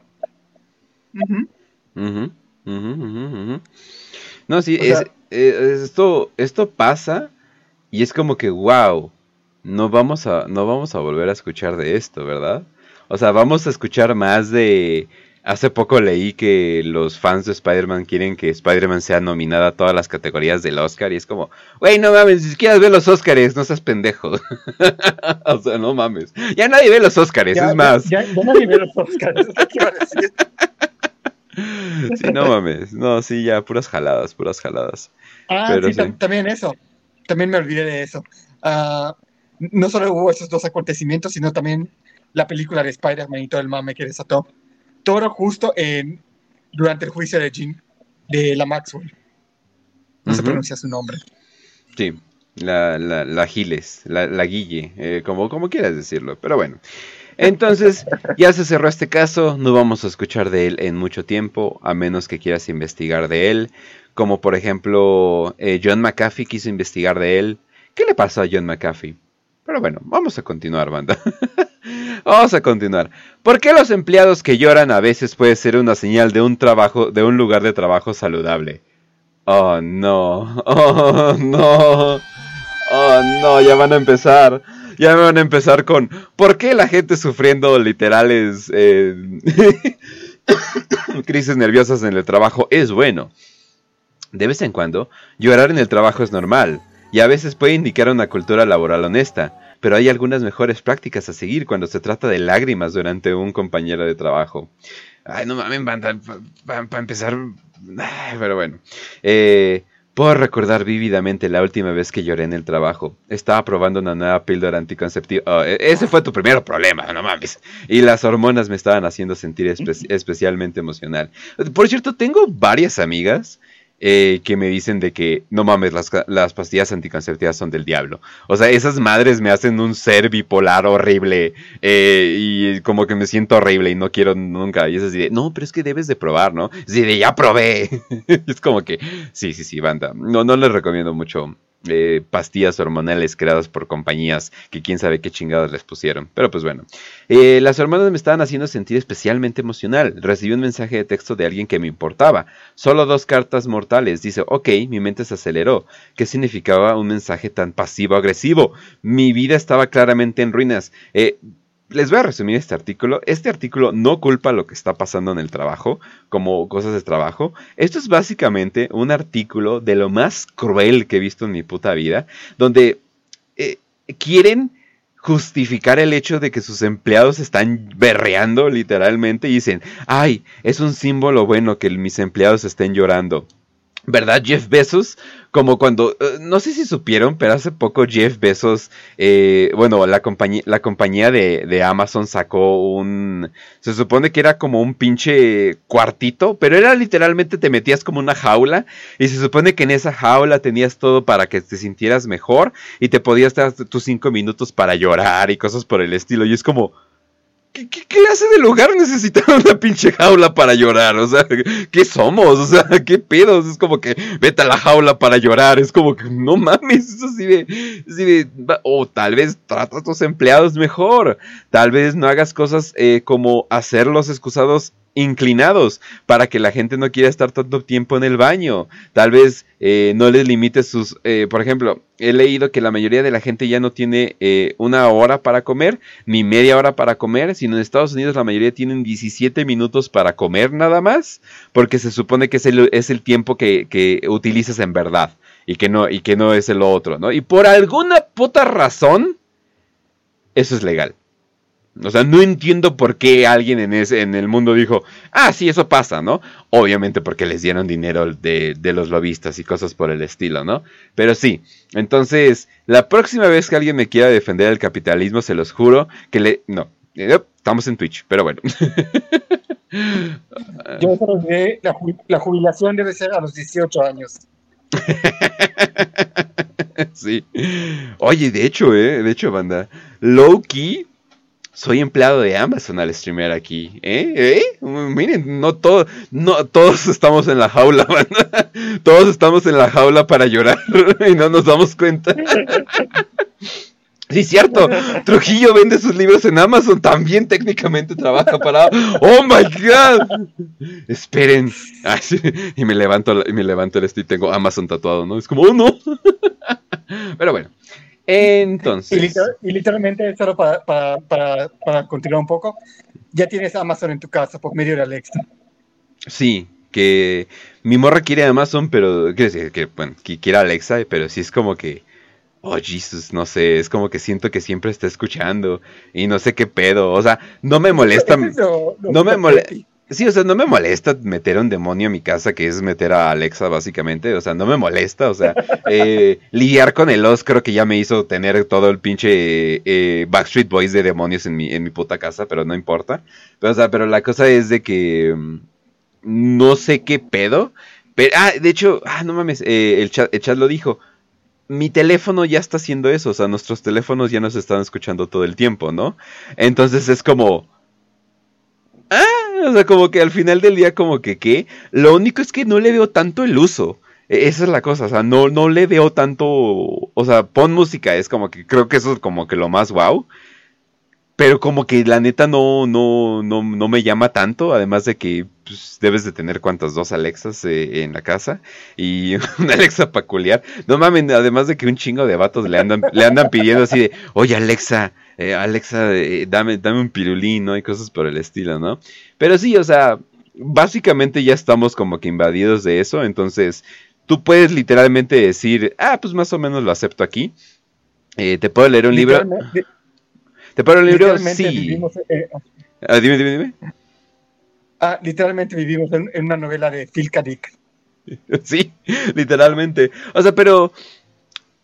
Speaker 1: No, sí, esto pasa y es como que, wow, no vamos a volver a escuchar de esto, ¿verdad? O sea, vamos a escuchar más de... Hace poco leí que los fans de Spider-Man quieren que Spider-Man sea nominada a todas las categorías del Oscar. Y es como, güey, no mames, si quieres ver los Oscars, no seas pendejo. O sea, no mames. Ya nadie ve los Oscars, es más.
Speaker 4: Ya nadie ve los Oscars, ¿qué iba a decir?
Speaker 1: Sí, no mames. No, sí, ya, puras jaladas. Pero
Speaker 4: sí. También eso. También me olvidé de eso. No solo hubo esos dos acontecimientos, sino también la película de Spider-Man y todo el mame que desató. Todo justo durante el juicio de la Maxwell. No se pronuncia su nombre.
Speaker 1: Sí, la Giles, la Guille, como quieras decirlo, pero bueno. Entonces, ya se cerró este caso, no vamos a escuchar de él en mucho tiempo, a menos que quieras investigar de él. Como por ejemplo, John McAfee quiso investigar de él. ¿Qué le pasó a John McAfee? Pero bueno, vamos a continuar, banda. Vamos a continuar. ¿Por qué los empleados que lloran a veces puede ser una señal de un lugar de trabajo saludable? Oh no, ya van a empezar con ¿por qué la gente sufriendo literales crisis nerviosas en el trabajo es bueno? De vez en cuando, llorar en el trabajo es normal y a veces puede indicar una cultura laboral honesta. Pero hay algunas mejores prácticas a seguir cuando se trata de lágrimas durante un compañero de trabajo. Ay, no mames, para empezar... pero bueno. Puedo recordar vívidamente la última vez que lloré en el trabajo. Estaba probando una nueva píldora anticonceptiva. Oh, ese fue tu primer problema, no mames. Y las hormonas me estaban haciendo sentir especialmente emocional. Por cierto, tengo varias amigas que me dicen de que, no mames, las pastillas anticonceptivas son del diablo. O sea, esas madres me hacen un ser bipolar horrible, y como que me siento horrible y no quiero nunca. Y es así de, no, pero es que debes de probar, ¿no? Es así de, ya probé. Es como que, sí, banda. No les recomiendo mucho pastillas hormonales creadas por compañías que quién sabe qué chingadas les pusieron. Pero pues bueno, las hormonas me estaban haciendo sentir especialmente emocional. Recibí un mensaje de texto de alguien que me importaba. Solo 2 cartas mortales. Dice, ok, mi mente se aceleró. ¿Qué significaba un mensaje tan pasivo-agresivo? Mi vida estaba claramente en ruinas. Les voy a resumir este artículo. Este artículo no culpa lo que está pasando en el trabajo, como cosas de trabajo. Esto es básicamente un artículo de lo más cruel que he visto en mi puta vida, donde quieren justificar el hecho de que sus empleados están berreando literalmente y dicen, ay, es un símbolo bueno que mis empleados estén llorando. ¿Verdad, Jeff Bezos? Como cuando, no sé si supieron, pero hace poco Jeff Bezos, bueno, la compañía de Amazon sacó se supone que era como un pinche cuartito, pero era literalmente te metías como una jaula, y se supone que en esa jaula tenías todo para que te sintieras mejor, y te podías dar tus 5 minutos para llorar y cosas por el estilo, y es como... ¿Qué clase de lugar necesitaba una pinche jaula para llorar? O sea, ¿qué somos? O sea, ¿qué pedos? Es como que vete a la jaula para llorar. Es como que no mames. Eso o tal vez trata a tus empleados mejor. Tal vez no hagas cosas como hacer los excusados inclinados para que la gente no quiera estar tanto tiempo en el baño. Tal vez no les limites sus... por ejemplo, he leído que la mayoría de la gente ya no tiene 1 hora para comer, ni media hora para comer, sino en Estados Unidos la mayoría tienen 17 minutos para comer nada más, porque se supone que es el tiempo que utilizas en verdad, y que no es el otro, ¿no? Y por alguna puta razón, eso es legal. O sea, no entiendo por qué alguien en el mundo dijo, ah, sí, eso pasa, ¿no? Obviamente porque les dieron dinero de los lobistas y cosas por el estilo, ¿no? Pero sí, entonces, la próxima vez que alguien me quiera defender el capitalismo, se los juro que no, estamos en Twitch, pero bueno.
Speaker 4: Yo solo diré, la jubilación debe ser a los 18 años.
Speaker 1: Sí. Oye, de hecho, banda, low-key... Soy empleado de Amazon al streamear aquí, miren, no todos estamos en la jaula, ¿verdad? Todos estamos en la jaula para llorar y no nos damos cuenta. Sí, cierto, Trujillo vende sus libros en Amazon, también técnicamente trabaja para... ¡Oh, my God! Esperen. Ay, sí. Y me levanto el y tengo Amazon tatuado, ¿no? Es como, ¡oh, no! Pero bueno. Entonces...
Speaker 4: Y literalmente, solo para continuar un poco, ya tienes Amazon en tu casa por medio de Alexa.
Speaker 1: Sí, que mi morra quiere Amazon, pero quiere decir que, bueno, que quiere Alexa, pero sí es como que, oh, Jesus, no sé, es como que siento que siempre está escuchando y no sé qué pedo, o sea, no me molesta, no me molesta. Sí, o sea, no me molesta meter a un demonio a mi casa, que es meter a Alexa, básicamente. O sea, no me molesta, o sea, lidiar con el Oz creo que ya me hizo tener todo el pinche Backstreet Boys de demonios en mi puta casa, pero no importa. Pero, o sea, pero la cosa es de que no sé qué pedo. Pero, de hecho, no mames, el chat lo dijo. Mi teléfono ya está haciendo eso, o sea, nuestros teléfonos ya nos están escuchando todo el tiempo, ¿no? Entonces es como... o sea, como que al final del día como que ¿qué? Lo único es que no le veo tanto el uso. Esa es la cosa, o sea, no le veo tanto... O sea, pon música, es como que creo que eso es como que lo más wow. Pero como que la neta no me llama tanto, además de que pues, debes de tener cuántas 2 Alexas en la casa y una Alexa peculiar. No mames, además de que un chingo de vatos le andan pidiendo así de, oye Alexa, dame un pirulín, ¿no? Y cosas por el estilo, ¿no? Pero sí, o sea, básicamente ya estamos como que invadidos de eso, entonces tú puedes literalmente decir, pues más o menos lo acepto aquí. ¿Te puedo leer un libro? ¿Te puedo leer un libro? Sí.
Speaker 4: Vivimos,
Speaker 1: dime.
Speaker 4: Literalmente vivimos en una novela de Phil K. Dick.
Speaker 1: Sí, literalmente. O sea, pero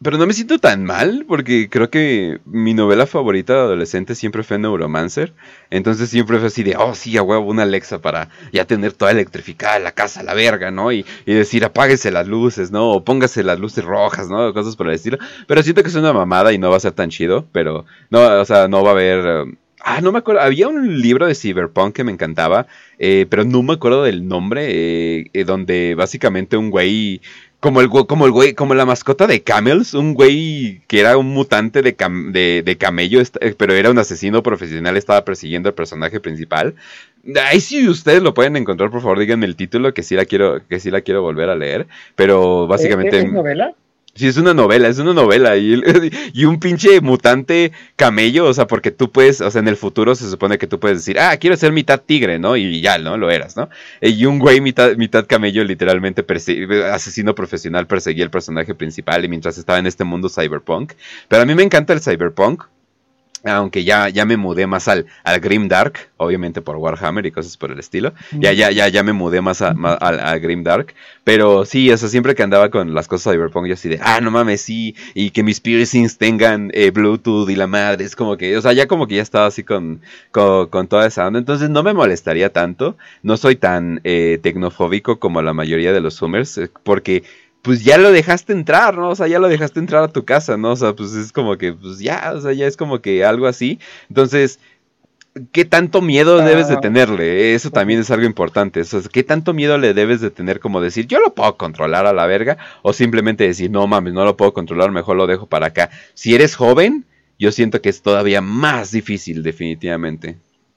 Speaker 1: Pero no me siento tan mal, porque creo que mi novela favorita de adolescente siempre fue Neuromancer. Entonces siempre fue así de, oh sí, a huevo, una Alexa para ya tener toda electrificada la casa, la verga, ¿no? Y decir, apáguese las luces, ¿no? O póngase las luces rojas, ¿no? Cosas por el estilo. Pero siento que es una mamada y no va a ser tan chido, pero no, o sea, no va a haber... no me acuerdo, había un libro de Cyberpunk que me encantaba, pero no me acuerdo del nombre, donde básicamente un güey... Como la mascota de Camels, un güey que era un mutante de camello, pero era un asesino profesional, estaba persiguiendo al personaje principal. Ahí si ustedes lo pueden encontrar, por favor, díganme el título, que sí la quiero volver a leer. Pero básicamente...
Speaker 4: ¿Es novela?
Speaker 1: Sí, es una novela, y un pinche mutante camello, o sea, porque tú puedes, o sea, en el futuro se supone que tú puedes decir, quiero ser mitad tigre, ¿no? Y ya, ¿no? Lo eras, ¿no? Y un güey mitad camello, literalmente asesino profesional, perseguía el personaje principal, y mientras estaba en este mundo cyberpunk. Pero a mí me encanta el cyberpunk. Aunque ya me mudé más al Grimdark, obviamente por Warhammer y cosas por el estilo. Ya me mudé más al Grimdark. Pero sí, o sea, siempre que andaba con las cosas Cyberpunk, yo así de, no mames, sí. Y que mis piercings tengan Bluetooth y la madre. Es como que, o sea, ya como que ya estaba así con toda esa onda. Entonces no me molestaría tanto. No soy tan tecnofóbico como la mayoría de los Zoomers. Porque... pues ya lo dejaste entrar, ¿no? O sea, ya lo dejaste entrar a tu casa, ¿no? O sea, pues es como que, pues ya, o sea, ya es como que algo así. Entonces, ¿qué tanto miedo debes de tenerle? Eso también es algo importante. O sea, ¿qué tanto miedo le debes de tener como decir, yo lo puedo controlar a la verga? O simplemente decir, no mames, no lo puedo controlar, mejor lo dejo para acá. Si eres joven, yo siento que es todavía más difícil, definitivamente.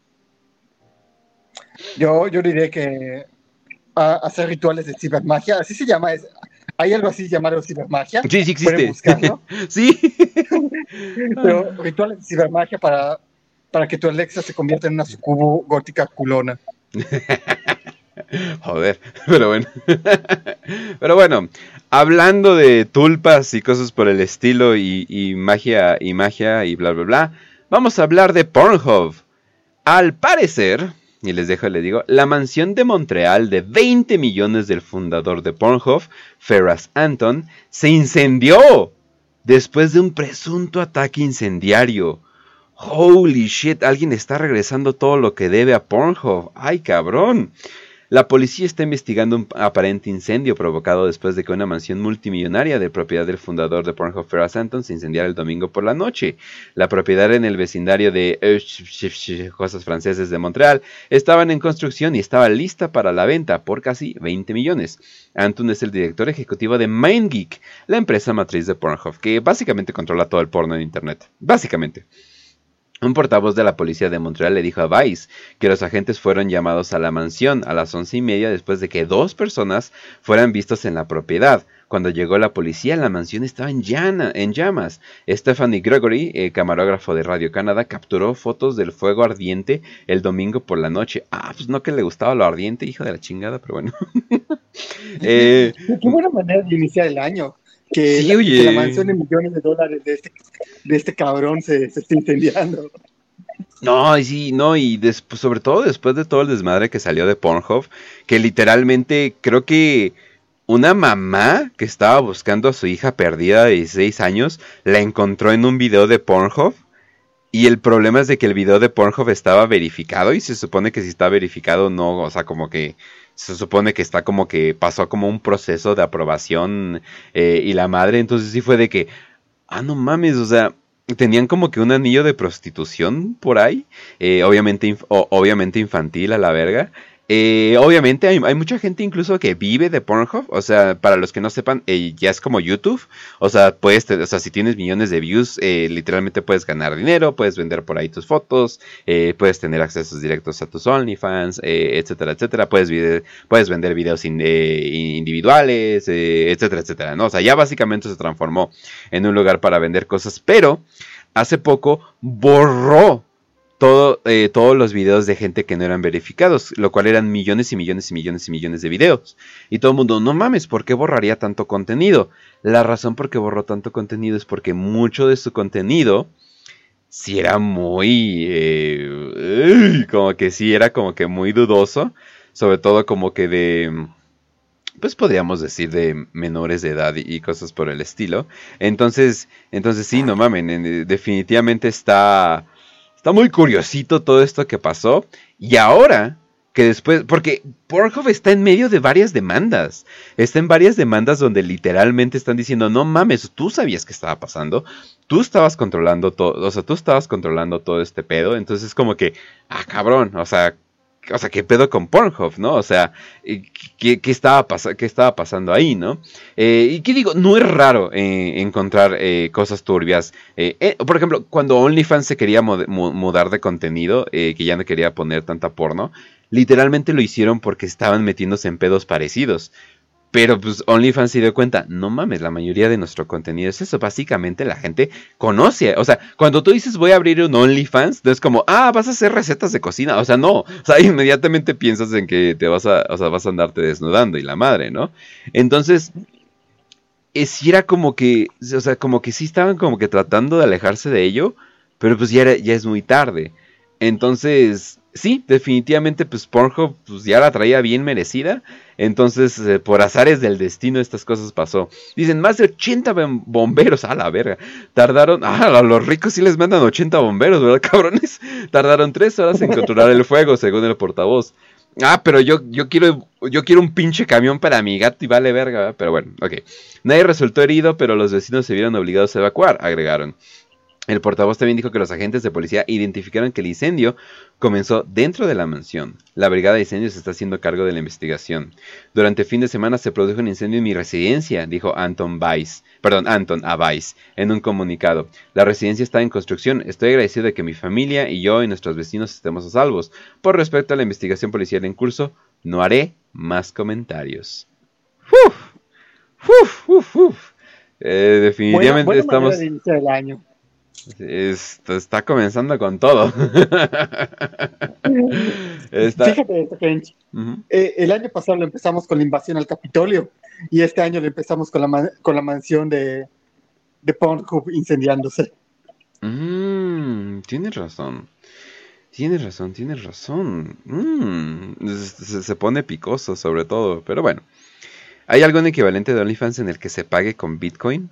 Speaker 4: Yo diré que hacer rituales de cibermagia, así se llama. ¿Hay algo así llamado cibermagia?
Speaker 1: Sí existe.
Speaker 4: Pueden buscarlo.
Speaker 1: Sí.
Speaker 4: Pero rituales de cibermagia para que tu Alexa se convierta en una sucubo gótica culona.
Speaker 1: Joder, pero bueno. Pero bueno, hablando de tulpas y cosas por el estilo y magia y bla bla bla, vamos a hablar de Pornhub. Al parecer... y les digo, la mansión de Montreal de 20 millones del fundador de Pornhub, Ferraz Anton, se incendió después de un presunto ataque incendiario. Holy shit, alguien está regresando todo lo que debe a Pornhub. ¡Ay, cabrón! La policía está investigando un aparente incendio provocado después de que una mansión multimillonaria de propiedad del fundador de Pornhub, Ferraz Anton, se incendiara el domingo por la noche. La propiedad en el vecindario de cosas franceses de Montreal estaban en construcción y estaba lista para la venta por casi 20 millones. Anton es el director ejecutivo de MindGeek, la empresa matriz de Pornhub, que básicamente controla todo el porno en internet. Básicamente. Un portavoz de la policía de Montreal le dijo a Vice que los agentes fueron llamados a la mansión a las 11:30 después de que 2 personas fueran vistos en la propiedad. Cuando llegó la policía, la mansión estaba en llamas. Stephanie Gregory, camarógrafo de Radio Canadá, capturó fotos del fuego ardiente el domingo por la noche. Pues no que le gustaba lo ardiente, hijo de la chingada, pero bueno.
Speaker 4: Qué buena manera de iniciar el año. Que,
Speaker 1: sí,
Speaker 4: que la mansión de millones de dólares de este cabrón se está incendiando.
Speaker 1: No, y sí, no, y sobre todo después de todo el desmadre que salió de Pornhub, que literalmente creo que una mamá que estaba buscando a su hija perdida de 16 años, la encontró en un video de Pornhub, y el problema es de que el video de Pornhub estaba verificado, y se supone que si está verificado no, o sea, como que... se supone que está como que pasó como un proceso de aprobación y la madre, entonces sí fue de que, no mames, o sea, tenían como que un anillo de prostitución por ahí, obviamente infantil a la verga. Obviamente hay mucha gente incluso que vive de Pornhub, o sea, para los que no sepan, ya es como YouTube, o sea, si tienes millones de views, literalmente puedes ganar dinero, puedes vender por ahí tus fotos, puedes tener accesos directos a tus OnlyFans, etcétera, etcétera, puedes vender videos individuales, etcétera, etcétera, ¿no? O sea, ya básicamente se transformó en un lugar para vender cosas, pero hace poco borró todos los videos de gente que no eran verificados, lo cual eran millones y millones y millones y millones de videos. Y todo el mundo, no mames, ¿por qué borraría tanto contenido? La razón por qué borró tanto contenido es porque mucho de su contenido sí era muy... como que sí era como que muy dudoso, sobre todo como que de... pues podríamos decir de menores de edad y cosas por el estilo. Entonces sí, no mamen, definitivamente está muy curiosito todo esto que pasó. Y ahora que después, porque Pornhub está en medio de varias demandas. Está en varias demandas donde literalmente están diciendo, no mames, tú sabías que estaba pasando. Tú estabas controlando todo, o sea, tú estabas controlando todo este pedo. Entonces es como que, cabrón, o sea, ¿qué pedo con Pornhub, no? O sea, ¿qué estaba pasando ahí, no? Y qué digo, no es raro encontrar cosas turbias. Por ejemplo, cuando OnlyFans se quería mudar de contenido, que ya no quería poner tanta porno, literalmente lo hicieron porque estaban metiéndose en pedos parecidos. Pero pues OnlyFans se dio cuenta, no mames, la mayoría de nuestro contenido es eso. Básicamente la gente conoce, o sea, cuando tú dices voy a abrir un OnlyFans, no es como, vas a hacer recetas de cocina, o sea, no. O sea, inmediatamente piensas en que vas a andarte desnudando y la madre, ¿no? Entonces, sí era como que, o sea, como que sí estaban como que tratando de alejarse de ello, pero pues ya es muy tarde. Entonces, sí, definitivamente pues Pornhub pues ya la traía bien merecida. Entonces, por azares del destino estas cosas pasó. Dicen, más de 80 bomberos, a la verga. Tardaron, a los ricos sí les mandan 80 bomberos, ¿verdad, cabrones? Tardaron 3 horas en controlar el fuego, según el portavoz. Pero yo quiero un pinche camión para mi gato y vale verga, ¿verdad? Pero bueno, ok. Nadie resultó herido, pero los vecinos se vieron obligados a evacuar, agregaron. El portavoz también dijo que los agentes de policía identificaron que el incendio comenzó dentro de la mansión. La brigada de incendios se está haciendo cargo de la investigación. Durante el fin de semana se produjo un incendio en mi residencia, dijo Anton Abais, en un comunicado. La residencia está en construcción. Estoy agradecido de que mi familia y yo y nuestros vecinos estemos a salvos. Por respecto a la investigación policial en curso, no haré más comentarios. Definitivamente
Speaker 4: buena
Speaker 1: estamos...
Speaker 4: manera de iniciar el año.
Speaker 1: Está comenzando con todo.
Speaker 4: Fíjate esto, Kench. El año pasado lo empezamos con la invasión al Capitolio y este año lo empezamos con la mansión de Pornhub incendiándose.
Speaker 1: Tienes razón. Se pone picoso sobre todo, pero bueno. ¿Hay algún equivalente de OnlyFans en el que se pague con Bitcoin?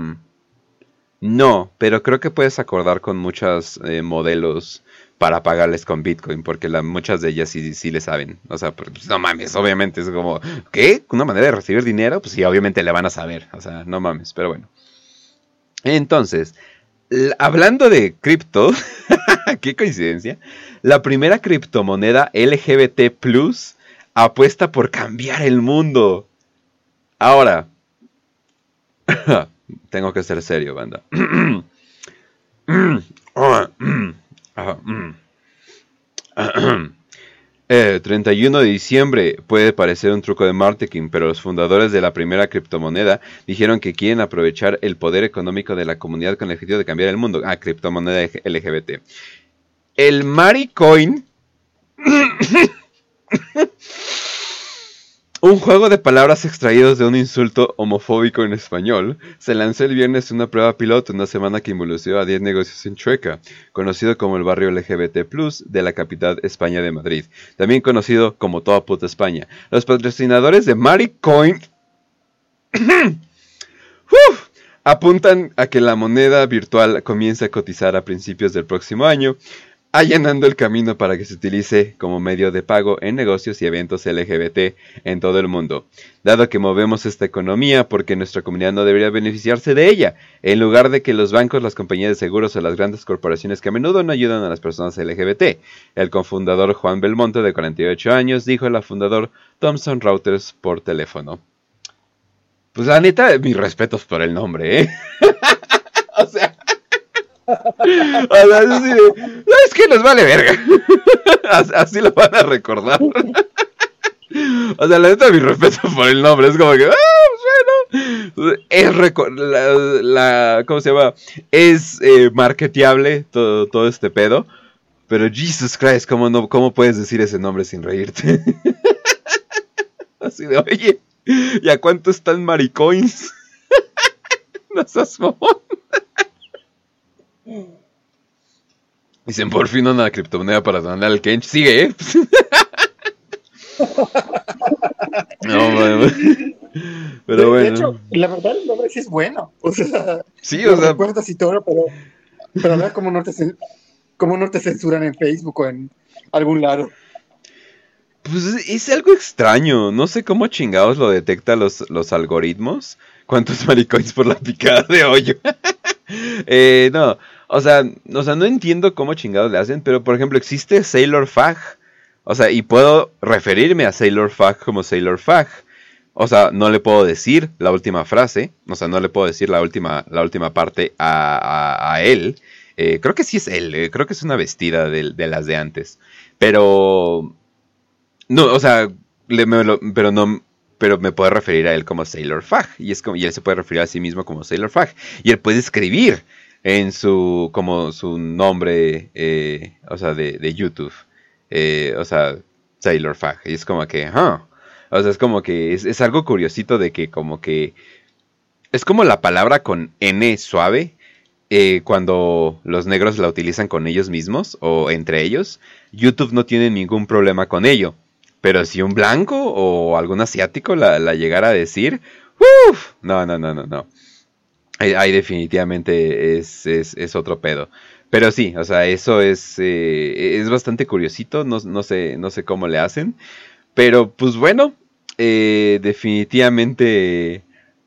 Speaker 1: No, pero creo que puedes acordar con muchos modelos para pagarles con Bitcoin, porque muchas de ellas sí le saben. O sea, pues, no mames, obviamente es como, ¿qué? ¿Una manera de recibir dinero? Pues sí, obviamente le van a saber. O sea, no mames, pero bueno. Entonces, hablando de cripto, qué coincidencia, la primera criptomoneda LGBT Plus apuesta por cambiar el mundo. Ahora... Tengo que ser serio, banda. 31 de diciembre puede parecer un truco de marketing, pero los fundadores de la primera criptomoneda dijeron que quieren aprovechar el poder económico de la comunidad con el objetivo de cambiar el mundo. Criptomoneda LGBT. El Maricoin... Un juego de palabras extraídos de un insulto homofóbico en español se lanzó el viernes en una prueba piloto, una semana que involucró a 10 negocios en Chueca, conocido como el barrio LGBT Plus de la capital España de Madrid, también conocido como toda puta España. Los patrocinadores de Maricoin apuntan a que la moneda virtual comience a cotizar a principios del próximo año, allanando el camino para que se utilice como medio de pago en negocios y eventos LGBT en todo el mundo. Dado que movemos esta economía, porque nuestra comunidad no debería beneficiarse de ella, en lugar de que los bancos, las compañías de seguros o las grandes corporaciones que a menudo no ayudan a las personas LGBT. El cofundador Juan Belmonte, de 48 años, dijo al fundador Thomson Reuters por teléfono. Pues la neta, mis respetos por el nombre, ¿eh? O sea... es que nos vale verga. Así lo van a recordar. O sea, la neta, mi respeto por el nombre. Es como que, bueno, es ¿cómo se llama? Es marketeable todo este pedo. Pero Jesus Christ, ¿cómo puedes decir ese nombre sin reírte? Así de, oye, ¿y a cuánto están Maricoins? No seas mamón. Dicen, por fin una criptomoneda para donar al Kench. Sigue, ¿eh? No, pero
Speaker 4: De
Speaker 1: bueno.
Speaker 4: hecho, la verdad, el nombre sí es bueno. O sea,
Speaker 1: Sí,
Speaker 4: lo
Speaker 1: o sea,
Speaker 4: recuerdas y todo, pero a ver cómo no te censuran en Facebook o en algún lado.
Speaker 1: pues es algo extraño. No sé cómo chingados lo detecta los algoritmos. ¿Cuántos maricoins por la picada de hoyo? No, no entiendo cómo chingados le hacen, pero por ejemplo existe Sailor Fag. O sea, y puedo referirme a Sailor Fag como Sailor Fag. O sea, no le puedo decir la última frase. O sea, no le puedo decir la última parte a él. Creo que sí es él. Creo que es una vestida de las de antes. Pero... No, o sea, pero no... Pero me puedo referir a él como Sailor Fag. Y él se puede referir a sí mismo como Sailor Fag. Y él puede escribir en como su nombre, o sea, de YouTube. O sea, Sailor Fag. Y es como que, o sea, es como que es algo curiosito de que como que... Es como la palabra con N suave. Cuando los negros la utilizan con ellos mismos o entre ellos. YouTube no tiene ningún problema con ello. Pero si un blanco o algún asiático la llegara a decir... ¡Uf! No. Ahí definitivamente es otro pedo. Pero sí, o sea, eso es bastante curiosito. No sé cómo le hacen. Pero pues bueno, definitivamente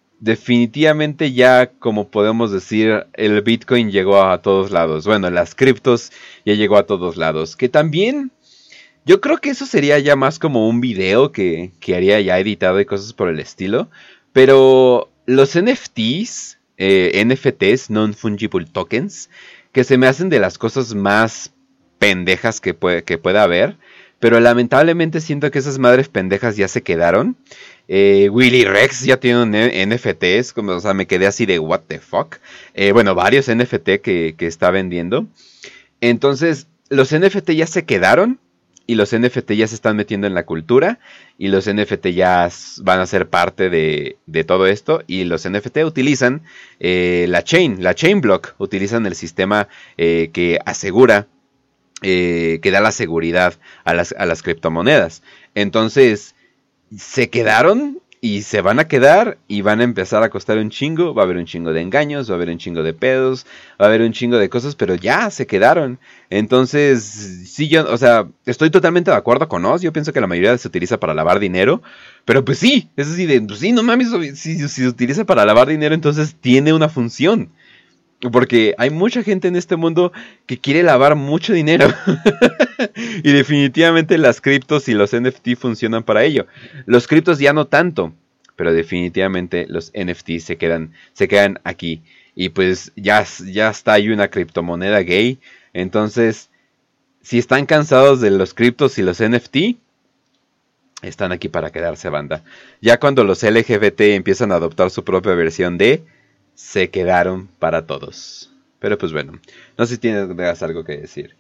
Speaker 1: ya, como podemos decir, el Bitcoin llegó a todos lados. Bueno, las criptos ya llegó a todos lados. Que también, yo creo que eso sería ya más como un video que haría ya editado y cosas por el estilo. Pero los NFTs, Non-Fungible Tokens, que se me hacen de las cosas más pendejas que pueda haber. Pero lamentablemente siento que esas madres pendejas ya se quedaron. Willy Rex ya tiene un NFTs, como, o sea, me quedé así de what the fuck. Bueno, varios NFT que está vendiendo. Entonces, los NFT ya se quedaron. Y los NFT ya se están metiendo en la cultura. Y los NFT ya van a ser parte de todo esto. Y los NFT utilizan la chain block. Utilizan el sistema que asegura, que da la seguridad a las criptomonedas. Entonces, se quedaron y se van a quedar y van a empezar a costar un chingo. Va a haber un chingo de engaños, va a haber un chingo de pedos, va a haber un chingo de cosas, pero ya se quedaron. Entonces, sí, yo, o sea, estoy totalmente de acuerdo con Oz. Yo pienso que la mayoría se utiliza para lavar dinero, pero pues sí, es así de, pues sí, no mames, si se utiliza para lavar dinero, entonces tiene una función. Porque hay mucha gente en este mundo que quiere lavar mucho dinero. Y definitivamente las criptos y los NFT funcionan para ello. Los criptos ya no tanto. Pero definitivamente los NFT se quedan aquí. Y pues ya está ahí una criptomoneda gay. Entonces, si están cansados de los criptos y los NFT, están aquí para quedarse, banda. Ya cuando los LGBT empiezan a adoptar su propia versión se quedaron para todos. Pero pues bueno, no sé si tienes algo que decir.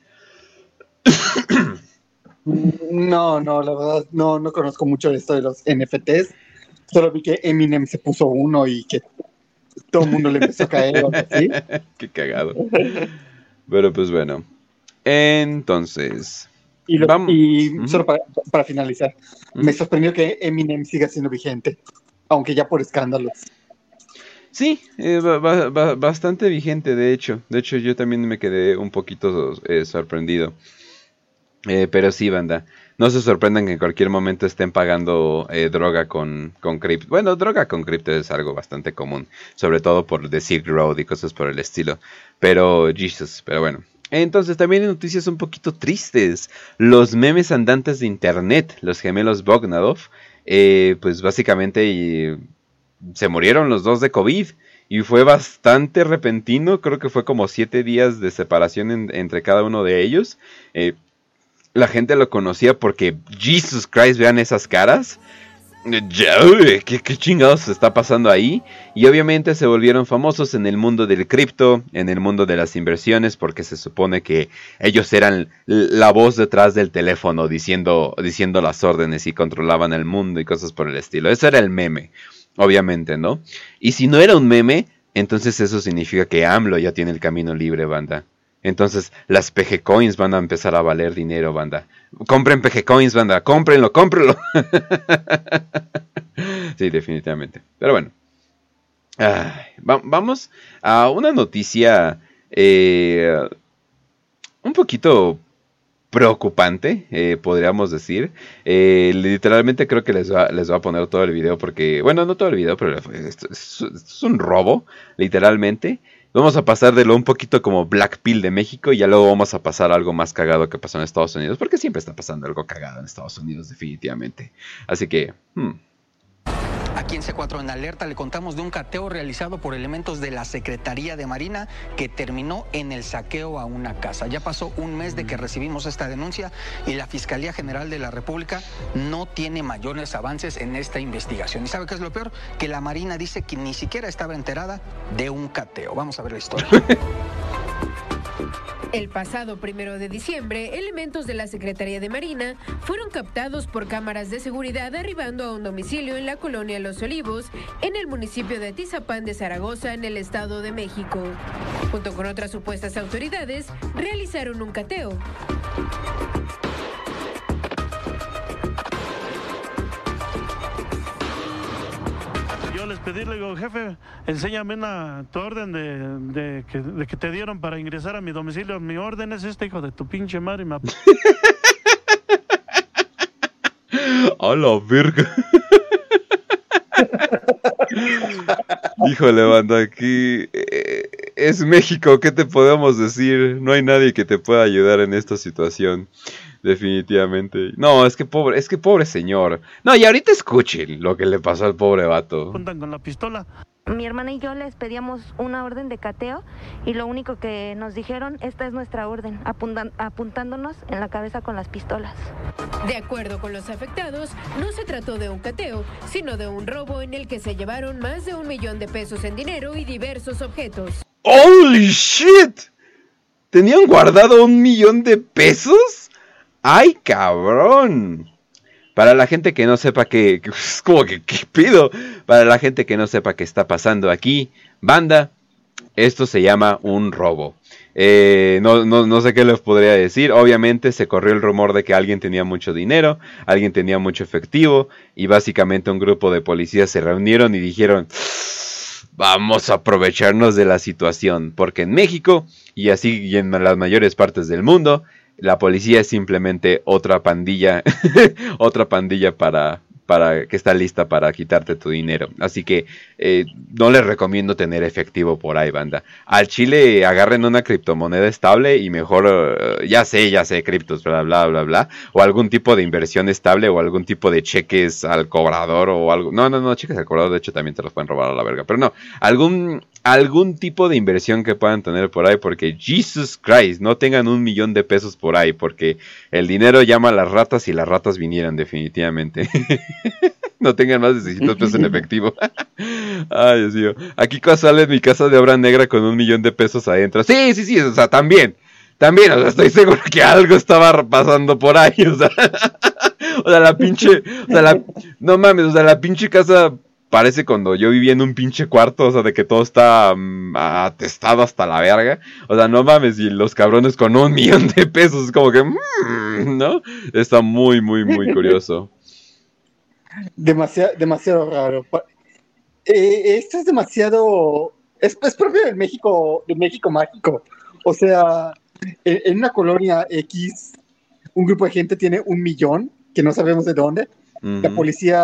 Speaker 4: No, la verdad, no conozco mucho esto de los NFTs. Solo vi que Eminem se puso uno y que todo el mundo le empezó a caer o algo así.
Speaker 1: Qué cagado. Pero pues bueno. Entonces,
Speaker 4: solo para finalizar, me sorprendió que Eminem siga siendo vigente, aunque ya por escándalos.
Speaker 1: Sí, bastante vigente, de hecho. De hecho, yo también me quedé un poquito sorprendido. Pero sí, banda. No se sorprendan que en cualquier momento estén pagando droga con cripto. Bueno, droga con cripto es algo bastante común. Sobre todo por The Silk Road y cosas por el estilo. Pero, Jesus, pero bueno. Entonces, también hay noticias un poquito tristes. Los memes andantes de internet, los gemelos Bogdanov, pues básicamente... se murieron los dos de COVID y fue bastante repentino. Creo que fue como 7 días de separación entre cada uno de ellos. La gente lo conocía porque, Jesus Christ, vean esas caras. ¿Qué chingados está pasando ahí? Y obviamente se volvieron famosos en el mundo del cripto, en el mundo de las inversiones, porque se supone que ellos eran la voz detrás del teléfono diciendo las órdenes y controlaban el mundo y cosas por el estilo. Ese era el meme. Obviamente, ¿no? Y si no era un meme, entonces eso significa que AMLO ya tiene el camino libre, banda. Entonces las PG Coins van a empezar a valer dinero, banda. Compren PG Coins, banda. Cómprenlo. Sí, definitivamente. Pero bueno. Vamos a una noticia un poquito preocupante, podríamos decir. Literalmente creo que les va a poner todo el video porque... Bueno, no todo el video, pero esto es un robo, literalmente. Vamos a pasar de lo un poquito como Black Pill de México y ya luego vamos a pasar a algo más cagado que pasó en Estados Unidos. Porque siempre está pasando algo cagado en Estados Unidos, definitivamente. Así que...
Speaker 5: Aquí en C4 en Alerta le contamos de un cateo realizado por elementos de la Secretaría de Marina que terminó en el saqueo a una casa. Ya pasó un mes de que recibimos esta denuncia y la Fiscalía General de la República no tiene mayores avances en esta investigación. ¿Y sabe qué es lo peor? Que la Marina dice que ni siquiera estaba enterada de un cateo. Vamos a ver la historia.
Speaker 6: El pasado 1 de diciembre, elementos de la Secretaría de Marina fueron captados por cámaras de seguridad arribando a un domicilio en la colonia Los Olivos, en el municipio de Atizapán de Zaragoza, en el Estado de México. Junto con otras supuestas autoridades, realizaron un cateo.
Speaker 7: Yo les pedí, le digo, jefe, enséñame tu orden de que te dieron para ingresar a mi domicilio. Mi orden es este, hijo de tu pinche madre.
Speaker 1: ¡A la verga! Híjole, banda, aquí es México, ¿qué te podemos decir? No hay nadie que te pueda ayudar en esta situación. Definitivamente. No, es que pobre señor. No, y ahorita escuchen lo que le pasó al pobre vato.
Speaker 7: Apuntan con la pistola.
Speaker 8: Mi hermana y yo les pedíamos una orden de cateo y lo único que nos dijeron, esta es nuestra orden, apuntándonos en la cabeza con las pistolas.
Speaker 6: De acuerdo con los afectados, no se trató de un cateo, sino de un robo en el que se llevaron más de 1 millón de pesos en dinero y diversos objetos.
Speaker 1: ¡Holy shit! ¿Tenían guardado 1 millón de pesos? ¡Ay, cabrón! Para la gente que no sepa qué pido. Para la gente que no sepa qué está pasando aquí, banda, esto se llama un robo. No sé qué les podría decir. Obviamente se corrió el rumor de que alguien tenía mucho dinero, alguien tenía mucho efectivo, y básicamente un grupo de policías se reunieron y dijeron: vamos a aprovecharnos de la situación, porque en México, y así y en las mayores partes del mundo, la policía es simplemente otra pandilla, otra pandilla para que está lista para quitarte tu dinero. Así que no les recomiendo tener efectivo por ahí, banda. Al chile agarren una criptomoneda estable y mejor, ya sé, criptos, bla, bla, bla, bla. O algún tipo de inversión estable o algún tipo de cheques al cobrador o algo. No, cheques al cobrador, de hecho también te los pueden robar a la verga. Pero no, algún tipo de inversión que puedan tener por ahí, porque Jesus Christ, no tengan 1 millón de pesos por ahí, porque el dinero llama a las ratas y las ratas vinieran definitivamente. No tengan más de 600 pesos en efectivo. Ay, Dios mío. Aquí sale mi casa de obra negra con 1 millón de pesos adentro. Sí, o sea, también, o sea, estoy seguro que algo estaba pasando por ahí, o sea, la pinche casa parece cuando yo vivía en un pinche cuarto, o sea, de que todo está atestado hasta la verga. O sea, no mames, y los cabrones con 1 millón de pesos, es como que, ¿no? Está muy, muy, muy curioso.
Speaker 4: Demasiado raro. Esto es demasiado... Es propio del México mágico. O sea, en una colonia X, un grupo de gente tiene 1 millón, que no sabemos de dónde. Uh-huh. La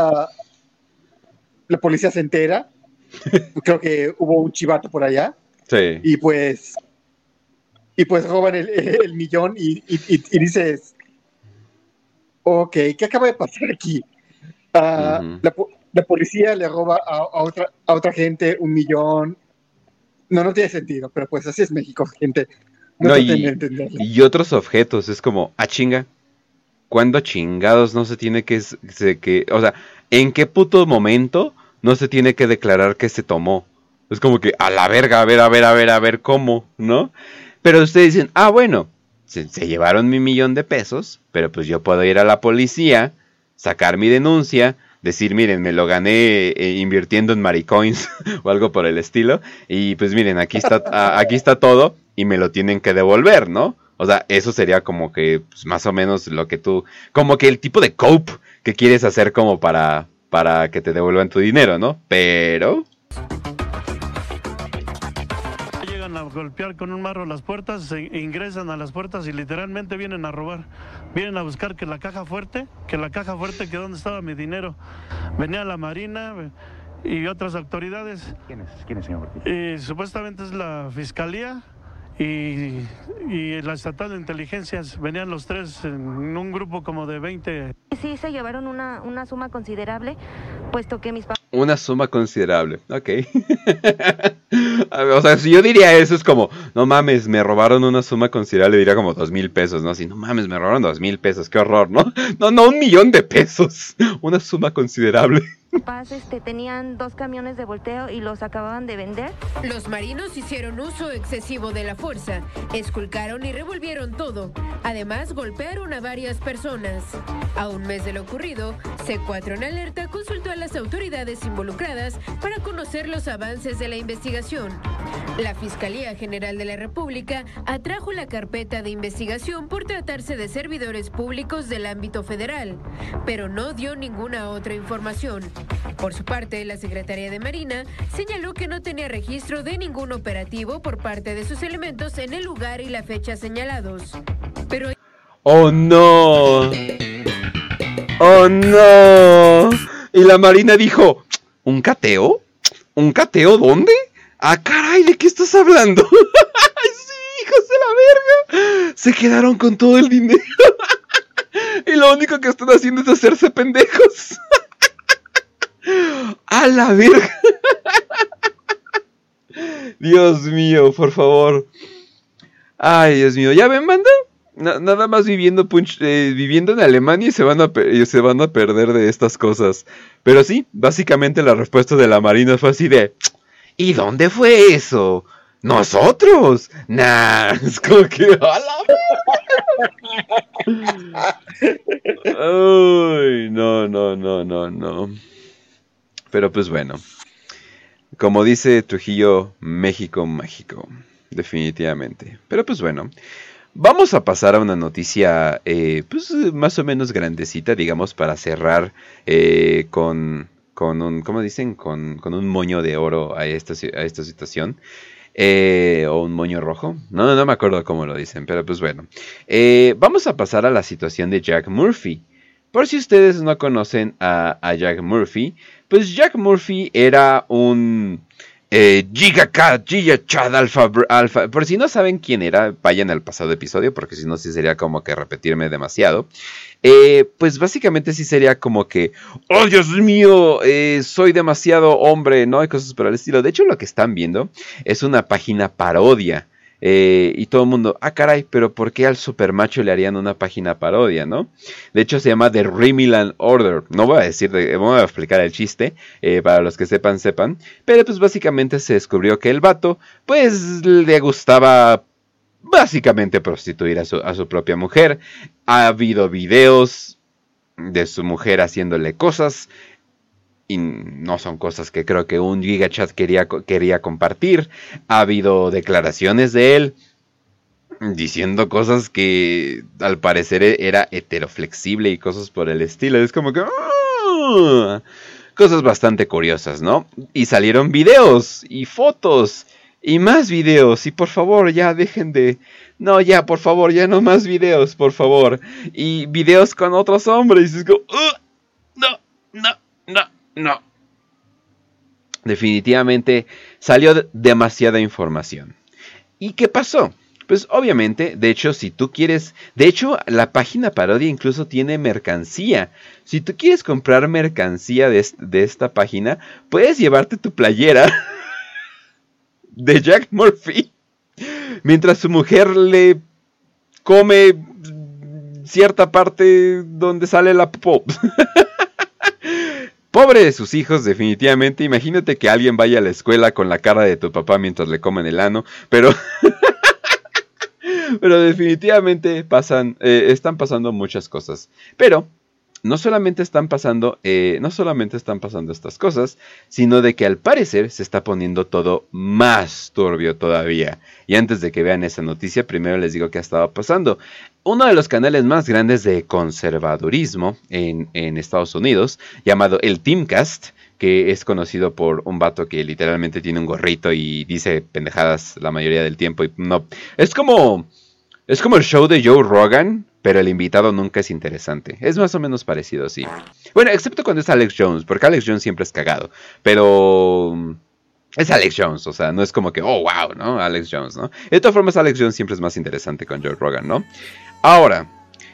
Speaker 4: policía se entera. Creo que hubo un chivato por allá.
Speaker 1: Sí.
Speaker 4: Y pues roban el millón y dices, ok, ¿qué acaba de pasar aquí? Uh-huh. La policía le roba a otra gente 1 millón. No tiene sentido, pero pues así es México, gente.
Speaker 1: Y otros objetos, es como, chinga, ¿cuándo chingados no se tiene que, o sea, en qué puto momento no se tiene que declarar que se tomó? Es como que, a la verga, a ver, ¿cómo? ¿No? Pero ustedes dicen, bueno, se llevaron 1 millón de pesos, pero pues yo puedo ir a la policía, sacar mi denuncia, decir, miren, me lo gané invirtiendo en maricoins o algo por el estilo, y pues miren, aquí está todo y me lo tienen que devolver, ¿no? O sea, eso sería como que pues, más o menos lo que tú, como que el tipo de cope que quieres hacer como para que te devuelvan tu dinero, ¿no? Pero
Speaker 7: llegan a golpear con un marro las puertas, se ingresan a las puertas y literalmente vienen a robar. Vienen a buscar que la caja fuerte, que dónde estaba mi dinero. Venía la Marina y otras autoridades.
Speaker 9: ¿Quién es, señor Ortiz?
Speaker 7: Supuestamente es la Fiscalía y la Estatal de Inteligencias. Venían los tres en un grupo como de 20.
Speaker 8: Sí, se llevaron una suma considerable, puesto que mis papás...
Speaker 1: una suma considerable, ok. O sea, si yo diría eso es como, no mames, me robaron una suma considerable, diría como 2,000 pesos, ¿no? Así, no mames, me robaron 2,000 pesos, qué horror, ¿no? No, 1,000,000 de pesos, una suma considerable.
Speaker 8: Papás tenían 2 camiones de volteo y los acababan de vender.
Speaker 6: Los marinos hicieron uso excesivo de la fuerza, esculcaron y revolvieron todo. Además, golpearon a varias personas. A un mes de lo ocurrido, C4 en Alerta consultó a las autoridades involucradas para conocer los avances de la investigación. La Fiscalía General de la República atrajo la carpeta de investigación por tratarse de servidores públicos del ámbito federal, pero no dio ninguna otra información. Por su parte, la Secretaría de Marina señaló que no tenía registro de ningún operativo por parte de sus elementos en el lugar y la fecha señalados. Pero...
Speaker 1: ¡oh, no! ¡Oh, no! Y la Marina dijo, ¿un cateo? ¿Un cateo dónde? ¡Ah, caray! ¿De qué estás hablando? ¡Ay, sí, hijos de la verga! Se quedaron con todo el dinero. Y lo único que están haciendo es hacerse pendejos. ¡A la verga! Dios mío, por favor. Ay, Dios mío. ¿Ya ven, banda? Nada más viviendo en Alemania y se van a perder de estas cosas. Pero sí, básicamente la respuesta de la Marina fue así de... ¿y dónde fue eso? ¿Nosotros? Nah, es como que... ¡a la verga! ¡Ay, no! Pero pues bueno, como dice Trujillo, México mágico, definitivamente. Pero pues bueno, vamos a pasar a una noticia pues más o menos grandecita, digamos, para cerrar con un, ¿cómo dicen? Con un moño de oro a esta situación. O un moño rojo. No me acuerdo cómo lo dicen, pero pues bueno. Vamos a pasar a la situación de Jack Murphy. Por si ustedes no conocen a Jack Murphy, pues Jack Murphy era un Giga Chad Alpha. Por si no saben quién era, vayan al pasado episodio, porque si no sí sería como que repetirme demasiado. Pues básicamente sí sería como que, oh Dios mío, soy demasiado hombre, ¿no? Y cosas por el estilo. De hecho, lo que están viendo es una página parodia. Y todo el mundo, ah caray, pero ¿por qué al supermacho le harían una página parodia, no? De hecho se llama The Rimiland Order. No voy a voy a explicar el chiste, para los que sepan. Pero pues básicamente se descubrió que el vato, pues le gustaba básicamente prostituir a su propia mujer. Ha habido videos de su mujer haciéndole cosas. Y no son cosas que creo que un GigaChat quería compartir. Ha habido declaraciones de él diciendo cosas que al parecer era heteroflexible y cosas por el estilo. Es como que... cosas bastante curiosas, ¿no? Y salieron videos y fotos y más videos. Y por favor, ya dejen de... no, ya, por favor, ya no más videos, por favor. Y videos con otros hombres. Y es como... no. Definitivamente salió demasiada información. ¿Y qué pasó? Pues obviamente, de hecho, si tú quieres... de hecho, la página parodia incluso tiene mercancía. Si tú quieres comprar mercancía de esta página, puedes llevarte tu playera de Jack Murphy mientras su mujer le come cierta parte donde sale la popó. Pobre de sus hijos, definitivamente. Imagínate que alguien vaya a la escuela con la cara de tu papá mientras le comen el ano. Pero definitivamente están pasando muchas cosas. Pero no solamente están pasando estas cosas, sino de que al parecer se está poniendo todo más turbio todavía. Y antes de que vean esa noticia, primero les digo qué ha estado pasando. Uno de los canales más grandes de conservadurismo en Estados Unidos, llamado el Timcast, que es conocido por un vato que literalmente tiene un gorrito y dice pendejadas la mayoría del tiempo. Y no, es como el show de Joe Rogan, pero el invitado nunca es interesante. Es más o menos parecido así. Bueno, excepto cuando es Alex Jones, porque Alex Jones siempre es cagado. Pero es Alex Jones, o sea, no es como que, oh, wow, ¿no? Alex Jones, ¿no? De todas formas, Alex Jones siempre es más interesante con Joe Rogan, ¿no? Ahora,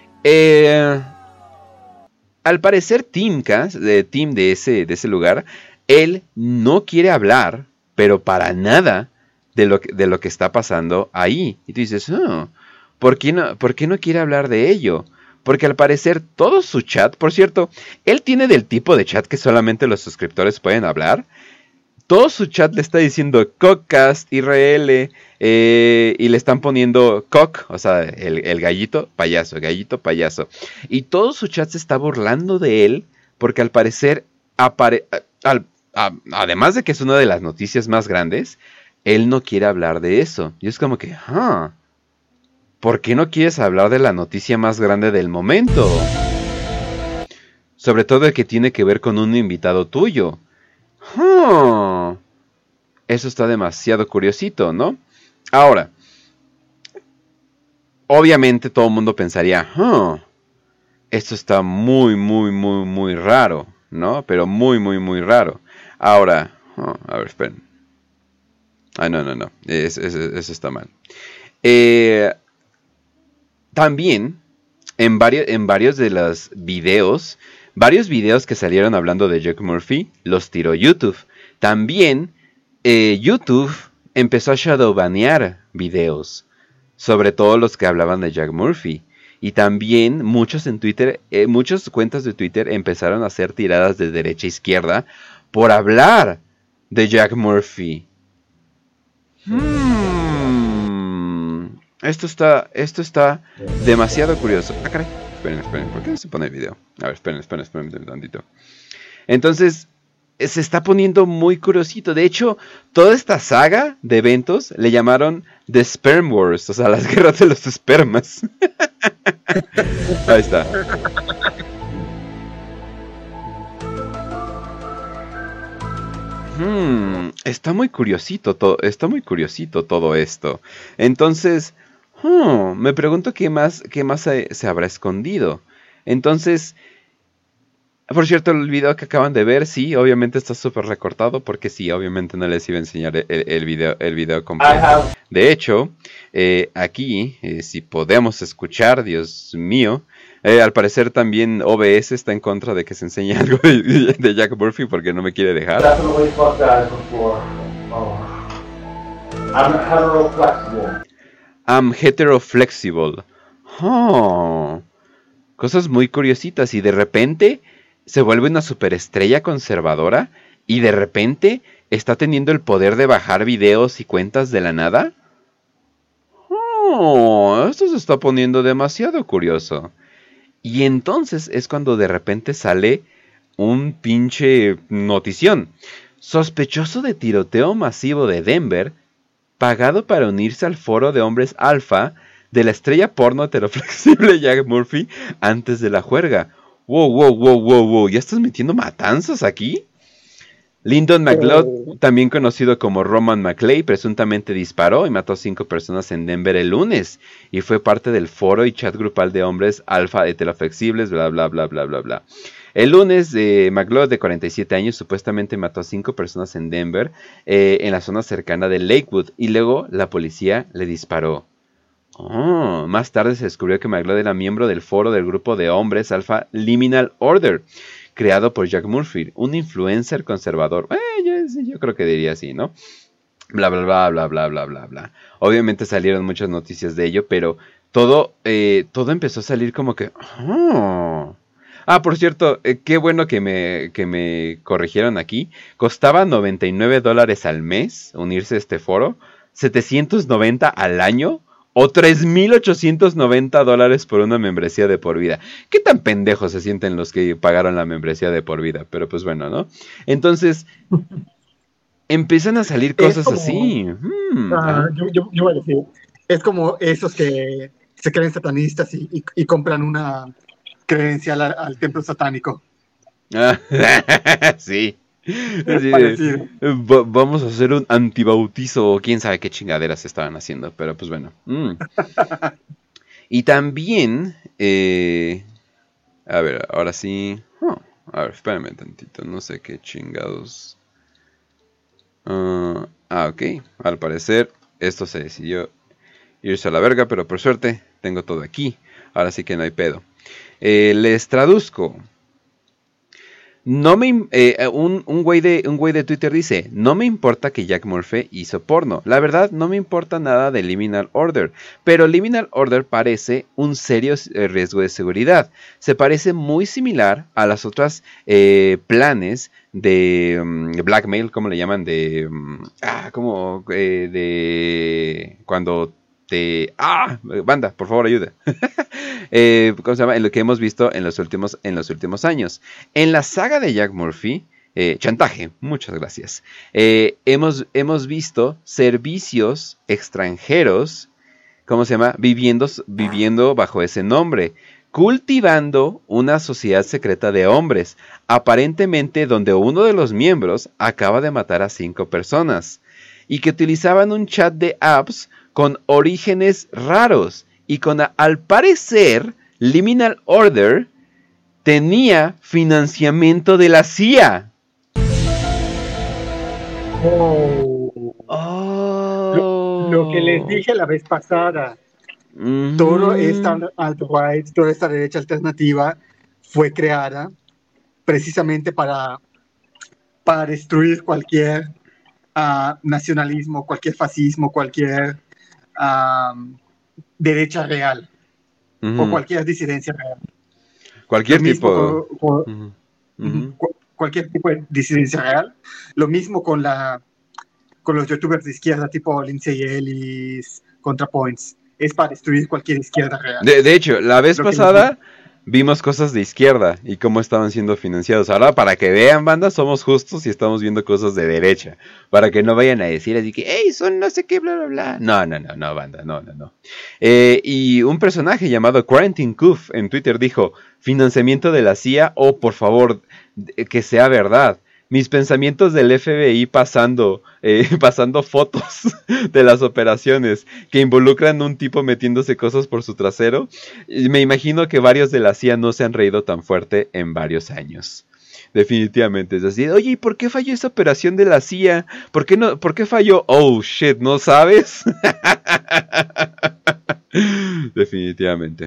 Speaker 1: al parecer Timcast, Tim de ese lugar, él no quiere hablar, pero para nada, de lo que está pasando ahí. Y tú dices, ¿por qué no quiere hablar de ello? Porque al parecer todo su chat, por cierto, él tiene del tipo de chat que solamente los suscriptores pueden hablar. Todo su chat le está diciendo Cockcast, IRL, y le están poniendo Cock, o sea, el gallito payaso, gallito payaso. Y todo su chat se está burlando de él, porque al parecer, además de que es una de las noticias más grandes, él no quiere hablar de eso. Y es como que, ¿por qué no quieres hablar de la noticia más grande del momento? Sobre todo el que tiene que ver con un invitado tuyo. Eso está demasiado curiosito, ¿no? Ahora, obviamente todo el mundo pensaría, esto está muy, muy, muy, muy raro, ¿no? Pero muy, muy, muy raro. Ahora, a ver, esperen. No. Eso está mal. También, en varios de los videos, varios videos que salieron hablando de Jack Murphy, los tiró YouTube. También, YouTube empezó a shadowbanear videos, sobre todo los que hablaban de Jack Murphy. Y también muchas cuentas de Twitter empezaron a hacer tiradas de derecha a izquierda por hablar de Jack Murphy. Esto está demasiado curioso. Caray. Esperen, ¿por qué no se pone el video? A ver, esperen un tantito. Entonces, se está poniendo muy curiosito. De hecho, toda esta saga de eventos le llamaron The Sperm Wars, o sea, las guerras de los espermas. Ahí está. Está muy curiosito todo esto. Entonces, me pregunto qué más se habrá escondido. Entonces, por cierto, el video que acaban de ver, sí, obviamente está súper recortado, porque sí, obviamente no les iba a enseñar el video completo. De hecho, aquí, si podemos escuchar, Dios mío, al parecer también OBS está en contra de que se enseñe algo de Jack Murphy, porque no me quiere dejar. I'm heteroflexible. Cosas muy curiositas, y de repente se vuelve una superestrella conservadora y de repente está teniendo el poder de bajar videos y cuentas de la nada. Esto se está poniendo demasiado curioso. Y entonces es cuando de repente sale un pinche notición. Sospechoso de tiroteo masivo de Denver, pagado para unirse al foro de hombres alfa de la estrella porno heteroflexible Jack Murphy antes de la juerga. Wow, ¿ya estás metiendo matanzas aquí? Lyndon McLeod, también conocido como Roman McClay, presuntamente disparó y mató a 5 personas en Denver el lunes, y fue parte del foro y chat grupal de hombres alfa heteroflexibles, bla bla bla bla bla bla. El lunes, McLeod, de 47 años, supuestamente mató a 5 personas en Denver, en la zona cercana de Lakewood, y luego la policía le disparó. Más tarde se descubrió que McLeod era miembro del foro del grupo de hombres alfa Liminal Order, creado por Jack Murphy, un influencer conservador. Yo creo que diría así, ¿no? Bla, bla, bla, bla, bla, bla, bla, bla. Obviamente salieron muchas noticias de ello, pero todo empezó a salir como que... por cierto, qué bueno que me corrigieron aquí. Costaba $99 al mes unirse a este foro, $790 al año o $3,890 por una membresía de por vida. ¿Qué tan pendejos se sienten los que pagaron la membresía de por vida? Pero pues bueno, ¿no? Entonces, empiezan a salir cosas
Speaker 4: como,
Speaker 1: así.
Speaker 4: Yo voy a decir, es como esos que se creen satanistas y compran una credencial al templo satánico.
Speaker 1: Sí. Vamos a hacer un antibautizo o quién sabe qué chingaderas estaban haciendo, pero pues bueno. Y también, a ver, ahora sí. A ver, espérame tantito, no sé qué chingados. Ok, al parecer esto se decidió irse a la verga, pero por suerte tengo todo aquí. Ahora sí que no hay pedo. Les traduzco. Un güey de Twitter dice: no me importa que Jack Murphy hizo porno. La verdad, no me importa nada de Liminal Order. Pero Liminal Order parece un serio riesgo de seguridad. Se parece muy similar a las otras planes de blackmail, ¿cómo le llaman? De cuando banda, por favor, ayuda. ¿Cómo se llama? En lo que hemos visto en los últimos años. En la saga de Jack Murphy, chantaje, muchas gracias. Hemos visto servicios extranjeros, ¿cómo se llama? Viviendo bajo ese nombre, cultivando una sociedad secreta de hombres, aparentemente donde uno de los miembros acaba de matar a 5 personas, y que utilizaban un chat de apps con orígenes raros y al parecer Liminal Order tenía financiamiento de la CIA.
Speaker 4: Lo que les dije la vez pasada, toda esta alt-right, toda esta derecha alternativa fue creada precisamente para destruir cualquier nacionalismo, cualquier fascismo, cualquier derecha real o cualquier disidencia real.
Speaker 1: Cualquier tipo.
Speaker 4: Cualquier tipo de disidencia real. Lo mismo con los youtubers de izquierda tipo Lindsay Ellis, ContraPoints. Es para destruir cualquier izquierda real.
Speaker 1: De hecho, la vez pasada vimos cosas de izquierda y cómo estaban siendo financiados. Ahora, para que vean, banda, somos justos y estamos viendo cosas de derecha. Para que no vayan a decir así que, hey, son no sé qué, bla, bla, bla. No, banda, no. Y un personaje llamado Quarantine Coof en Twitter dijo: financiamiento de la CIA, por favor, que sea verdad. Mis pensamientos del FBI pasando fotos de las operaciones que involucran a un tipo metiéndose cosas por su trasero. Me imagino que varios de la CIA no se han reído tan fuerte en varios años. Definitivamente es así. Oye, ¿y por qué falló esa operación de la CIA? ¿Por qué falló? Oh, shit, ¿no sabes? Definitivamente.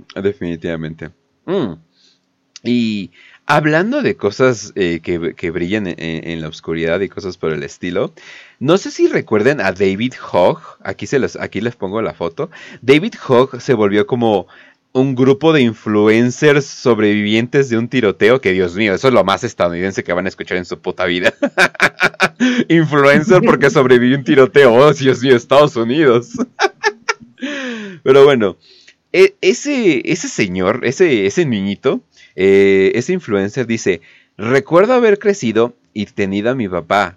Speaker 1: Y hablando de cosas que brillan en la oscuridad y cosas por el estilo, no sé si recuerden a David Hogg. Aquí les pongo la foto. David Hogg se volvió como un grupo de influencers sobrevivientes de un tiroteo, que Dios mío, eso es lo más estadounidense que van a escuchar en su puta vida. Influencer porque sobrevivió un tiroteo. Oh, Dios mío, Estados Unidos. Pero bueno, ese señor, ese niñito, ese influencer dice: recuerdo haber crecido y tenido a mi papá,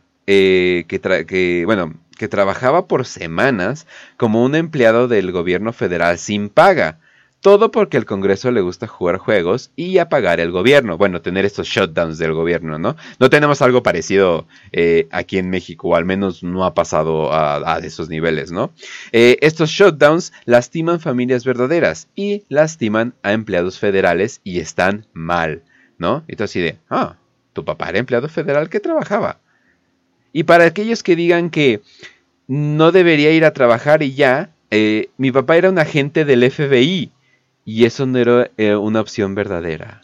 Speaker 1: que trabajaba por semanas como un empleado del gobierno federal sin paga. Todo porque al Congreso le gusta jugar juegos y apagar el gobierno. Bueno, tener estos shutdowns del gobierno, ¿no? No tenemos algo parecido aquí en México, o al menos no ha pasado a esos niveles, ¿no? Estos shutdowns lastiman familias verdaderas y lastiman a empleados federales y están mal, ¿no? Entonces así de, ¿tu papá era empleado federal? ¿Qué trabajaba? Y para aquellos que digan que no debería ir a trabajar y ya, mi papá era un agente del FBI. Y eso no era una opción verdadera.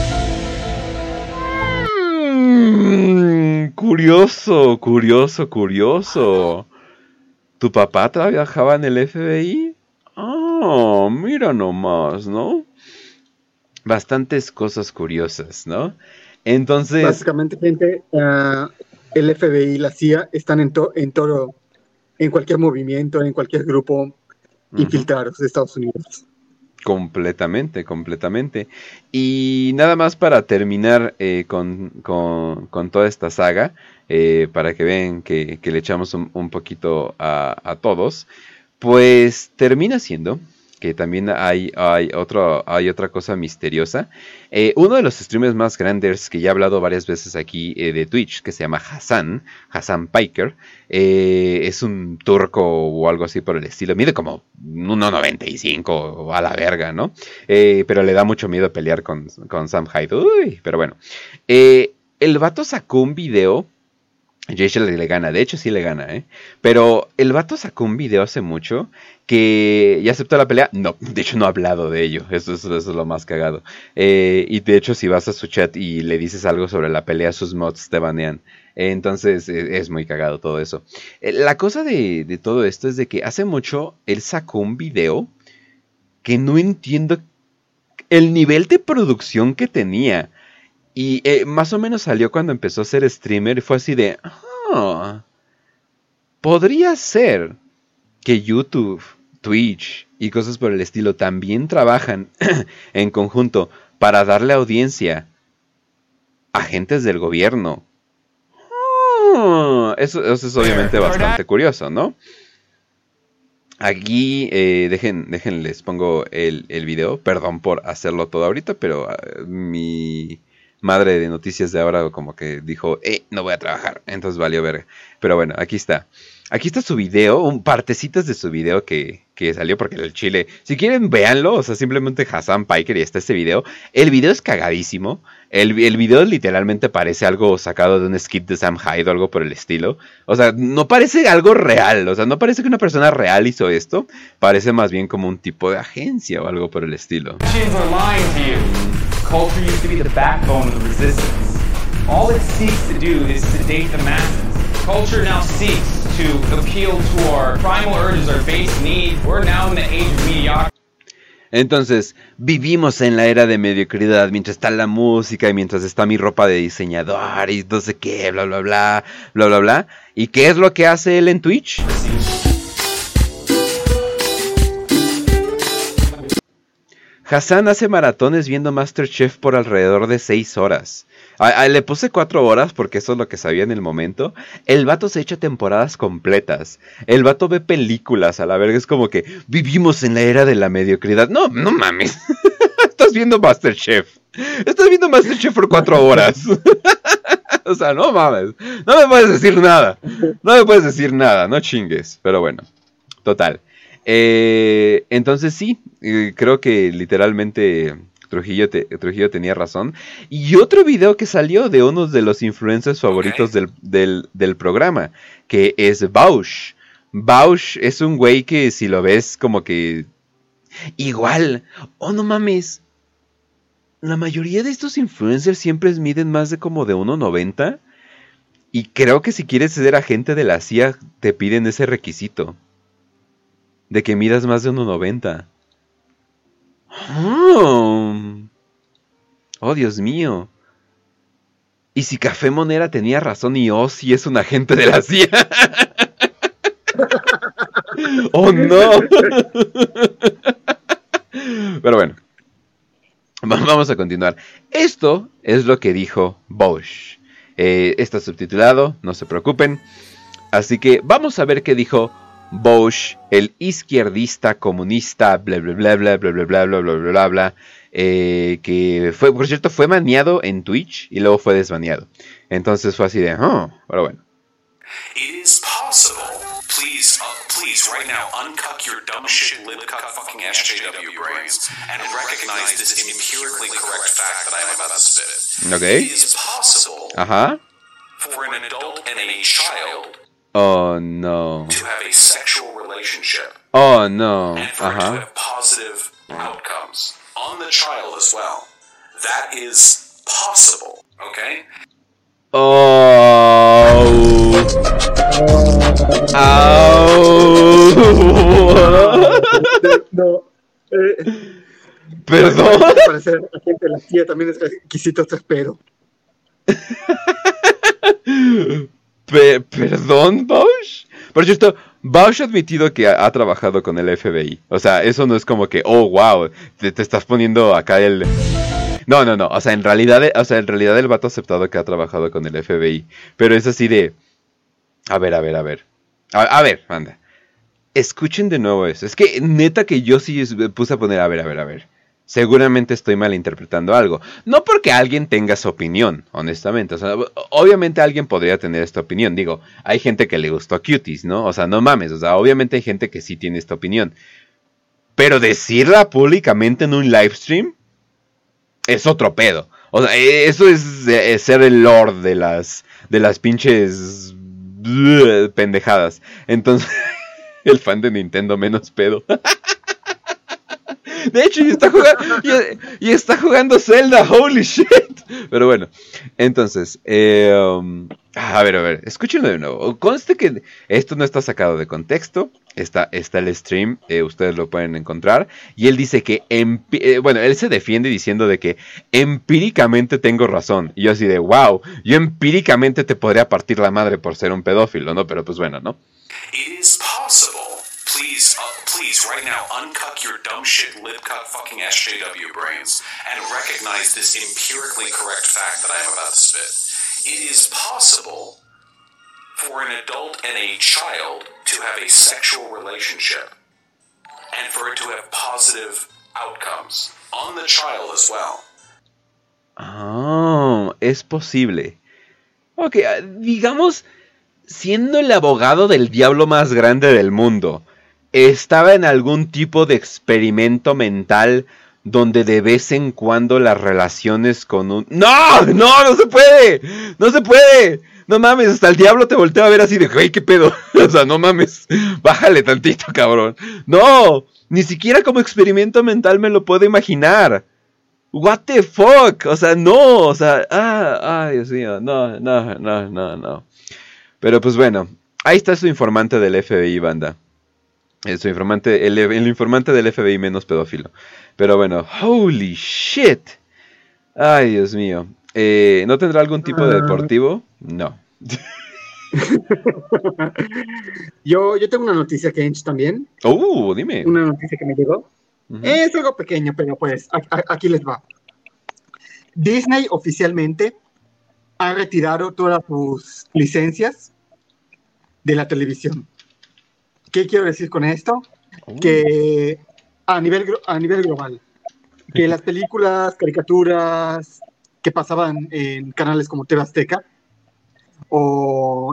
Speaker 1: Curioso. ¿Tu papá trabajaba en el FBI? Mira nomás, ¿no? Bastantes cosas curiosas, ¿no? Entonces...
Speaker 4: básicamente, gente, el FBI y la CIA están en todo, en cualquier movimiento, en cualquier grupo. infiltrados de Estados Unidos.
Speaker 1: Completamente. Y nada más para terminar con toda esta saga, para que vean que le echamos un poquito a todos, pues termina siendo que también hay otra cosa misteriosa. Uno de los streamers más grandes que ya he hablado varias veces aquí de Twitch, que se llama Hassan Piker, es un turco o algo así por el estilo, mide como 1.95 a la verga, ¿no? Pero le da mucho miedo pelear con Sam Hyde. Uy, pero bueno. El vato sacó un video. Jay le gana, de hecho sí le gana, pero el vato sacó un video hace mucho que ya aceptó la pelea. No, de hecho no ha hablado de ello, eso es lo más cagado. Y de hecho si vas a su chat y le dices algo sobre la pelea, sus mods te banean. Entonces es muy cagado todo eso. La cosa de todo esto es de que hace mucho él sacó un video que no entiendo el nivel de producción que tenía. Y más o menos salió cuando empezó a ser streamer y fue así de... podría ser que YouTube, Twitch y cosas por el estilo también trabajan en conjunto para darle audiencia a agentes del gobierno. Eso es obviamente bastante curioso, ¿no? Aquí, les pongo el video. Perdón por hacerlo todo ahorita, pero mi madre de noticias de ahora como que dijo, no voy a trabajar, entonces valió verga. Pero bueno, aquí está su video, partecitas de su video que salió, porque el chile, si quieren véanlo, o sea, simplemente Hassan Piker y está este video. El video es cagadísimo, el video literalmente parece algo sacado de un skit de Sam Hyde o algo por el estilo. O sea, no parece algo real, o sea, no parece que una persona real hizo esto, parece más bien como un tipo de agencia o algo por el estilo.
Speaker 10: Culture used to be the backbone of the resistance. All it seeks to do is sedate the masses. Culture now seeks to appeal to our primal urges, our base needs. We're now in the age of mediocrity.
Speaker 1: Entonces, vivimos en la era de mediocridad mientras está la música y mientras está mi ropa de diseñador y no sé qué, bla, bla, bla, bla, bla, bla. ¿Y qué es lo que hace él en Twitch? Hassan hace maratones viendo MasterChef por alrededor de 6 horas. Le puse 4 horas porque eso es lo que sabía en el momento. El vato se echa temporadas completas. El vato ve películas a la verga. Es como que vivimos en la era de la mediocridad. No mames. Estás viendo MasterChef. Estás viendo MasterChef por 4 horas. O sea, no mames. No me puedes decir nada. No chingues. Pero bueno, total. Entonces sí, creo que literalmente Trujillo tenía razón. Y otro video que salió de uno de los influencers favoritos del programa, que es Bausch. Bausch es un güey que si lo ves como que igual, no mames, la mayoría de estos influencers siempre miden más de como de 1.90. Y creo que si quieres ser agente de la CIA te piden ese requisito de que midas más de 1.90. Oh, Dios mío. Y si Café Monera tenía razón y sí es un agente de la CIA. Oh, no. Pero bueno, vamos a continuar. Esto es lo que dijo Bausch. Está subtitulado, no se preocupen. Así que vamos a ver qué dijo Bausch, el izquierdista comunista, bla bla bla bla bla bla bla bla bla bla bla, que fue, por cierto, fue baneado en Twitch y luego fue desbaneado. Entonces fue así de, pero bueno.
Speaker 11: It is possible. Please right now uncuck your dumb shit libcuck fucking SJW brains and recognize this empirically correct fact that I am about to spit.
Speaker 1: Okay.
Speaker 11: It is possible. For an adult and a child.
Speaker 1: Oh no.
Speaker 11: To have a sexual relationship.
Speaker 1: Oh no.
Speaker 11: And for it to have positive outcomes on the child as well. That is possible. Okay?
Speaker 4: No.
Speaker 1: Perdón.
Speaker 4: Para ser agente de la CIA también es requisito, te espero.
Speaker 1: Perdón, Bausch. Por cierto, Bausch ha admitido que ha trabajado con el FBI. O sea, eso no es como que, oh, wow, te estás poniendo acá el... No. O sea, en realidad el vato ha aceptado que ha trabajado con el FBI. Pero es así de... A ver. A ver, anda. Escuchen de nuevo eso. Es que neta que yo sí puse a poner, a ver. Seguramente estoy malinterpretando algo. No porque alguien tenga su opinión, honestamente. O sea, obviamente alguien podría tener esta opinión. Digo, hay gente que le gustó Cuties, ¿no? O sea, no mames. O sea, obviamente hay gente que sí tiene esta opinión. Pero decirla públicamente en un livestream es otro pedo. O sea, eso es ser el lord de las pinches pendejadas. Entonces, el fan de Nintendo menos pedo. De hecho, y está jugando Zelda, holy shit. Pero bueno, entonces, a ver, escúchenlo de nuevo. Conste que esto no está sacado de contexto. Está el stream, ustedes lo pueden encontrar. Y él dice que, él se defiende diciendo de que empíricamente tengo razón. Y yo así de, wow, yo empíricamente te podría partir la madre por ser un pedófilo, ¿no? Pero pues bueno, ¿no?
Speaker 11: It is possible. Please, right now, uncuck your dumb shit libcuck fucking SJW brains and recognize this empirically correct fact that I am about to spit. It is possible for an adult and a child to have a sexual relationship and for it to have positive outcomes on the child as well.
Speaker 1: Ah, es posible. Ok, digamos, siendo el abogado del diablo más grande del mundo, estaba en algún tipo de experimento mental donde de vez en cuando las relaciones con un... ¡No! Se puede! ¡No se puede! No mames, hasta el diablo te voltea a ver así de, ¡hey, qué pedo! O sea, no mames, bájale tantito, cabrón. ¡No! Ni siquiera como experimento mental me lo puedo imaginar. What the fuck? O sea, no, o sea, ay, Dios mío, no. Pero pues bueno, ahí está su informante del FBI, banda. Su informante, el informante del FBI menos pedófilo. Pero bueno, holy shit. Ay, Dios mío. ¿No tendrá algún tipo de deportivo? No.
Speaker 4: Yo tengo una noticia, Kench, también.
Speaker 1: Dime.
Speaker 4: Una noticia que me llegó. Es algo pequeño, pero pues aquí les va. Disney oficialmente ha retirado todas sus licencias de la televisión. ¿Qué quiero decir con esto? Que a nivel global, que las películas, caricaturas que pasaban en canales como TV Azteca o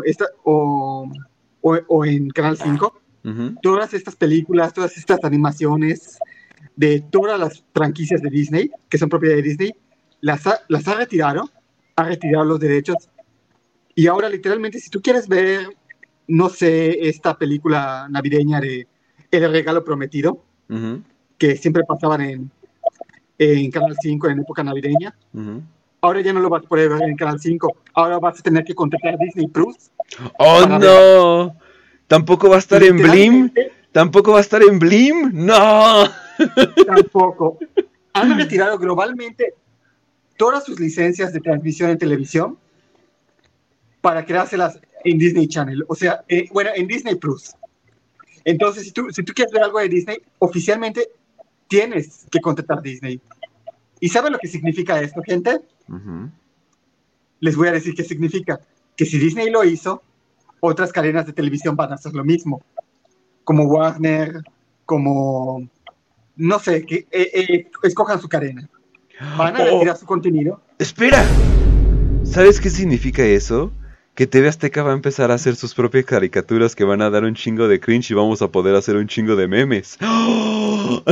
Speaker 4: en Canal 5, todas estas películas, todas estas animaciones de todas las franquicias de Disney, que son propiedad de Disney, las ha retirado los derechos. Y ahora literalmente, si tú quieres ver, no sé, esta película navideña de El Regalo Prometido, que siempre pasaban en Canal 5 en época navideña, ahora ya no lo vas a poder ver en Canal 5, ahora vas a tener que contratar Disney Plus.
Speaker 1: ¡Oh, no! ¿Tampoco va a estar en Blim? ¿Tampoco va a estar en Blim? ¡No!
Speaker 4: Tampoco. Han retirado globalmente todas sus licencias de transmisión en televisión para creárselas en Disney Channel, o sea, en Disney Plus. Entonces, si tú quieres ver algo de Disney, oficialmente tienes que contratar Disney. ¿Y saben lo que significa esto, gente? Les voy a decir qué significa. Que si Disney lo hizo, otras cadenas de televisión van a hacer lo mismo. Como Warner, como... no sé, que escojan su cadena. Van a retirar su contenido.
Speaker 1: ¡Espera! ¿Sabes qué significa eso? Que TV Azteca va a empezar a hacer sus propias caricaturas que van a dar un chingo de cringe y vamos a poder hacer un chingo de memes. ¡Oh!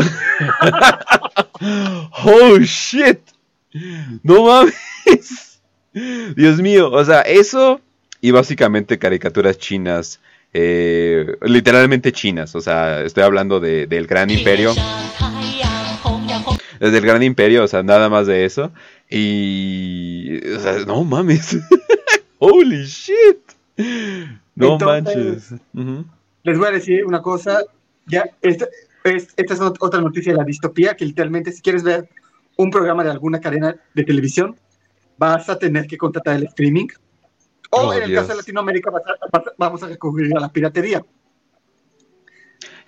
Speaker 1: ¡Oh, shit! ¡No mames! Dios mío, o sea, eso y básicamente caricaturas chinas, literalmente chinas, o sea, estoy hablando del Gran Imperio. Desde el Gran Imperio, o sea, nada más de eso. Y... o sea, no mames. Holy shit. No manches.
Speaker 4: Les voy a decir una cosa. Ya, esta es otra noticia de la distopía, que literalmente si quieres ver un programa de alguna cadena de televisión, vas a tener que contratar el streaming. O en el caso de Latinoamérica vamos a recurrir a la piratería.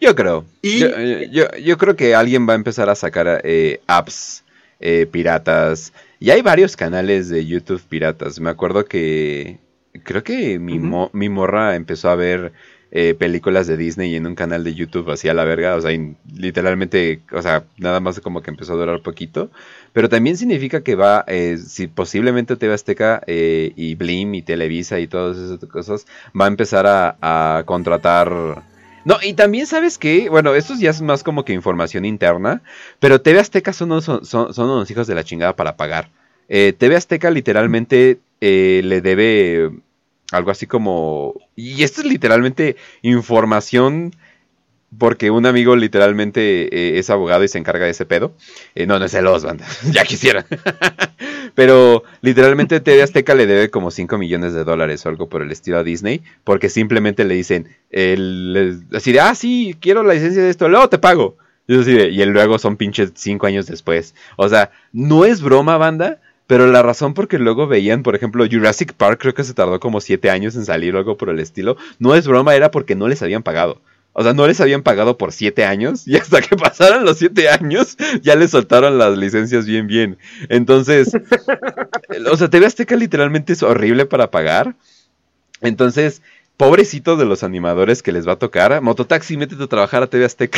Speaker 1: Yo creo.
Speaker 4: Y
Speaker 1: Yo creo que alguien va a empezar a sacar apps piratas. Y hay varios canales de YouTube piratas. Me acuerdo que creo que mi morra empezó a ver películas de Disney en un canal de YouTube así a la verga. O sea, literalmente, o sea, nada más como que empezó a durar poquito. Pero también significa que va, si posiblemente TV Azteca y Blim y Televisa y todas esas cosas, va a empezar a contratar... No, y también, ¿sabes qué? Bueno, esto ya es más como que información interna, pero TV Azteca son unos hijos de la chingada para pagar. TV Azteca literalmente le debe algo así como... Y esto es literalmente información porque un amigo literalmente es abogado y se encarga de ese pedo. No es celos, banda, ya quisiera. Pero literalmente TV Azteca le debe como $5 millones o algo por el estilo a Disney, porque simplemente le dicen, así de, sí, quiero la licencia de esto, luego te pago. Y luego son pinches 5 años después. O sea, no es broma, banda, pero la razón por que luego veían, por ejemplo, Jurassic Park, creo que se tardó como 7 años en salir o algo por el estilo, no es broma, era porque no les habían pagado. O sea, no les habían pagado por 7 años y hasta que pasaron los 7 años ya les soltaron las licencias bien. Entonces, o sea, TV Azteca literalmente es horrible para pagar. Entonces, pobrecitos de los animadores que les va a tocar. Mototaxi, métete a trabajar a TV Azteca.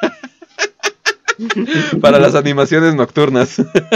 Speaker 1: Para las animaciones nocturnas.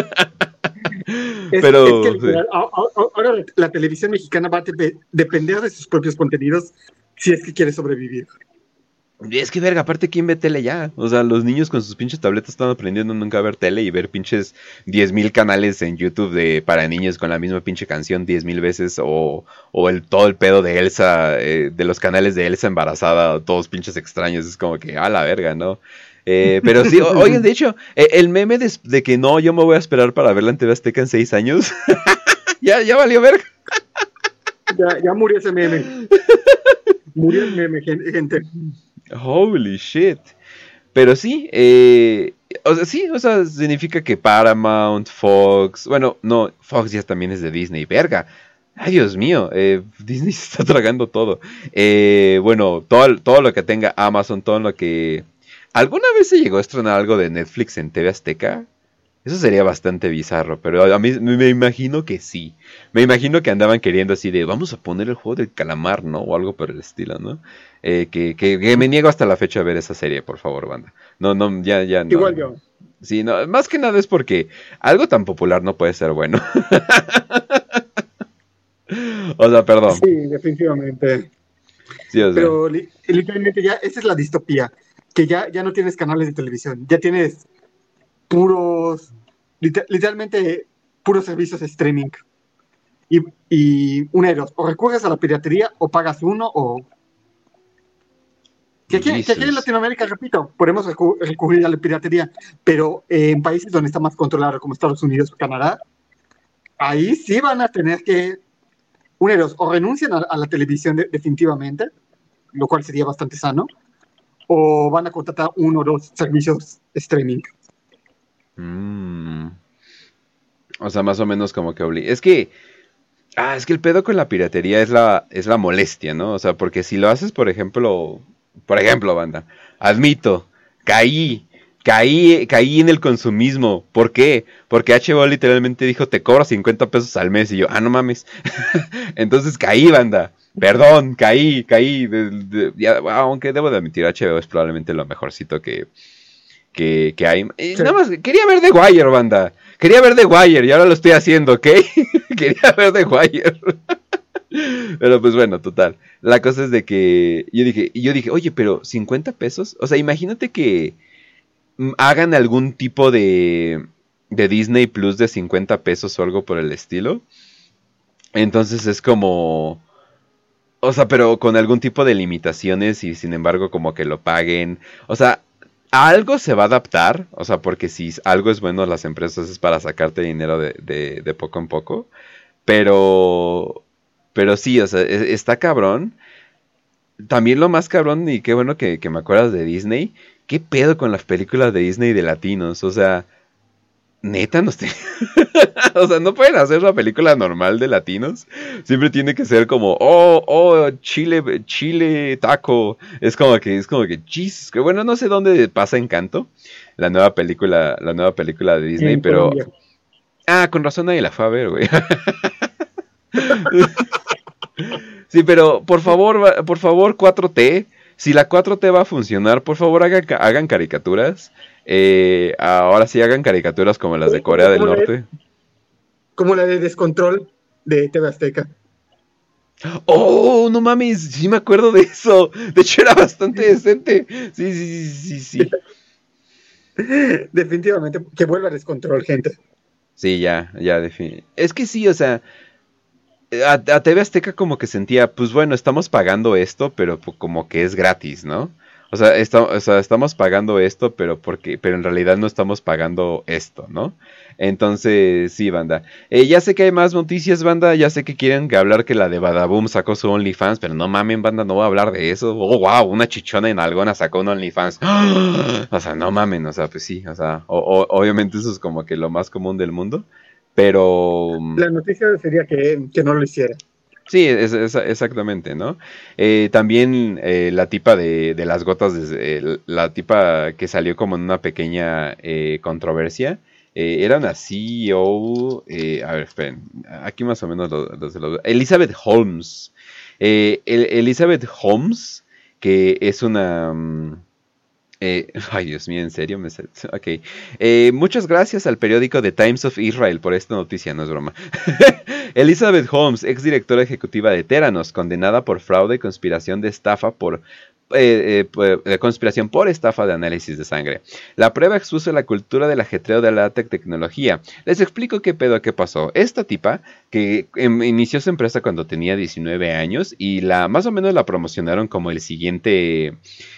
Speaker 1: Pero
Speaker 4: es que, ahora la televisión mexicana va a depender de sus propios contenidos si es que quiere sobrevivir.
Speaker 1: Es que verga, aparte ¿quién ve tele ya? O sea, los niños con sus pinches tabletas están aprendiendo nunca a ver tele y ver pinches 10,000 canales en YouTube para niños con la misma pinche canción 10,000 veces o todo el pedo de Elsa, de los canales de Elsa embarazada, todos pinches extraños, es como que a la verga, ¿no? Pero sí, oigan, de hecho, el meme de que no, yo me voy a esperar para verla en TV Azteca en 6 años, ya valió verga.
Speaker 4: Ya murió ese meme. Murió el meme, gente.
Speaker 1: Holy shit. Pero sí, o sea, significa que Paramount, Fox, bueno, no, Fox ya también es de Disney, verga. Ay, Dios mío, Disney se está tragando todo. Bueno, todo lo que tenga Amazon, todo lo que... ¿Alguna vez se llegó a estrenar algo de Netflix en TV Azteca? Eso sería bastante bizarro, pero a mí me imagino que sí. Me imagino que andaban queriendo así de, vamos a poner el juego del calamar, ¿no? O algo por el estilo, ¿no? Que me niego hasta la fecha a ver esa serie, por favor, banda. No, ya no.
Speaker 4: Igual yo.
Speaker 1: Sí, no, más que nada es porque algo tan popular no puede ser bueno. O sea, perdón.
Speaker 4: Sí, definitivamente.
Speaker 1: Sí, o sea.
Speaker 4: Pero literalmente ya, esa es la distopía. Que ya no tienes canales de televisión, ya tienes puros, literalmente puros servicios de streaming. Y una de dos, o recurres a la piratería o pagas uno o... Que aquí en Latinoamérica, repito, podemos recurrir a la piratería, pero en países donde está más controlado, como Estados Unidos o Canadá, ahí sí van a tener que, una de dos, o renuncian a la televisión definitivamente, lo cual sería bastante sano, o van a contratar 1 o 2 servicios streaming.
Speaker 1: O sea, más o menos como que es que el pedo con la piratería es la molestia, ¿no? O sea, porque si lo haces, por ejemplo, banda, admito, caí en el consumismo. ¿Por qué? Porque HBO literalmente dijo, te cobro 50 pesos al mes. Y yo, no mames. Entonces caí, banda. Perdón, caí. Aunque debo de admitir, HBO es probablemente lo mejorcito que hay. Sí. Nada más, quería ver The Wire, banda. Quería ver The Wire y ahora lo estoy haciendo, ¿ok? Quería ver The Wire. Pero pues bueno, total. La cosa es de que yo dije, oye, pero 50 pesos. O sea, imagínate que hagan algún tipo de Disney Plus de 50 pesos o algo por el estilo. Entonces es como... O sea, pero con algún tipo de limitaciones y sin embargo como que lo paguen. O sea, algo se va a adaptar. O sea, porque si algo es bueno las empresas es para sacarte dinero de poco en poco. Pero sí, o sea, está cabrón. También lo más cabrón, y qué bueno que me acuerdas de Disney. ¿Qué pedo con las películas de Disney de latinos? O sea, Neta, no sé. O sea, no pueden hacer una película normal de latinos. Siempre tiene que ser como, chile taco. Es como que, Jesus. Que bueno, no sé dónde pasa Encanto. La nueva película de Disney,
Speaker 4: En
Speaker 1: pero...
Speaker 4: Colombia.
Speaker 1: Con razón nadie la fue a ver, güey. Sí, pero por favor 4T. Si la 4T va a funcionar, por favor hagan caricaturas. Ahora sí hagan caricaturas como las de Corea del Norte.
Speaker 4: Como la de Descontrol de TV Azteca.
Speaker 1: ¡Oh, no mames! Sí me acuerdo de eso. De hecho era bastante decente. Sí.
Speaker 4: Definitivamente, que vuelva a Descontrol, gente.
Speaker 1: Sí, ya, es que sí, o sea, a TV Azteca como que sentía, pues bueno, estamos pagando esto, pero como que es gratis, ¿no? O sea, estamos pagando esto, pero en realidad no estamos pagando esto, ¿no? Entonces, sí, banda. Ya sé que hay más noticias, banda. Ya sé que quieren hablar que la de Badaboom sacó su OnlyFans, pero no mamen, banda, no voy a hablar de eso. Oh, wow, una chichona en algona sacó un OnlyFans. O sea, no mamen, o sea, pues sí, o sea, obviamente eso es como que lo más común del mundo, pero...
Speaker 4: La noticia sería que no lo hiciera.
Speaker 1: Sí, exactamente, ¿no? También la tipa de las gotas, la tipa que salió como en una pequeña controversia, era una CEO, a ver, esperen, aquí más o menos Elizabeth Holmes. Elizabeth Holmes, que es una... ay, Dios mío, en serio. Ok. Muchas gracias al periódico The Times of Israel por esta noticia, no es broma. Elizabeth Holmes, exdirectora ejecutiva de Theranos, condenada por fraude y conspiración de estafa conspiración por estafa de análisis de sangre. La prueba expuso la cultura del ajetreo de la tecnología. Les explico qué pasó. Esta tipa, que inició su empresa cuando tenía 19 años y más o menos la promocionaron como el siguiente,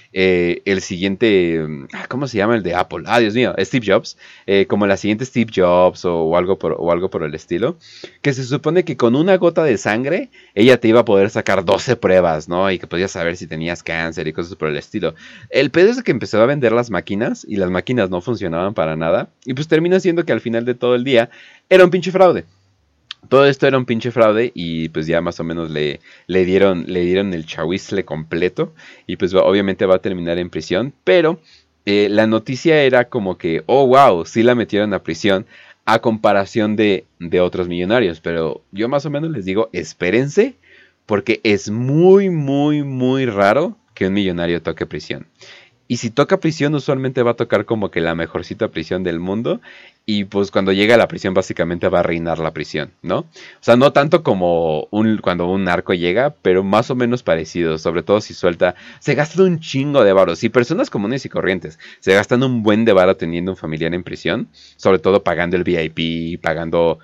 Speaker 1: ¿cómo se llama? El de Apple. Dios mío, Steve Jobs. Como la siguiente Steve Jobs o algo por el estilo. Que se supone que con una gota de sangre ella te iba a poder sacar 12 pruebas, ¿no? Y que podías saber si tenías cáncer y cosas por el estilo. El pedo es que empezó a vender las máquinas y las máquinas no funcionaban para nada. Y pues termina siendo que al final de todo el día era un pinche fraude. Todo esto era un pinche fraude y pues ya más o menos le dieron el chahuizle completo y pues obviamente va a terminar en prisión, pero la noticia era como que, oh wow, sí la metieron a prisión a comparación de otros millonarios, pero yo más o menos les digo, espérense, porque es muy, muy, muy raro que un millonario toque prisión. Y si toca prisión, usualmente va a tocar como que la mejorcita prisión del mundo. Y pues cuando llega a la prisión, básicamente va a reinar la prisión, ¿no? O sea, no tanto como cuando un narco llega, pero más o menos parecido. Sobre todo si suelta, se gastan un chingo de varo. Si personas comunes y corrientes se gastan un buen de varo teniendo un familiar en prisión, sobre todo pagando el VIP, pagando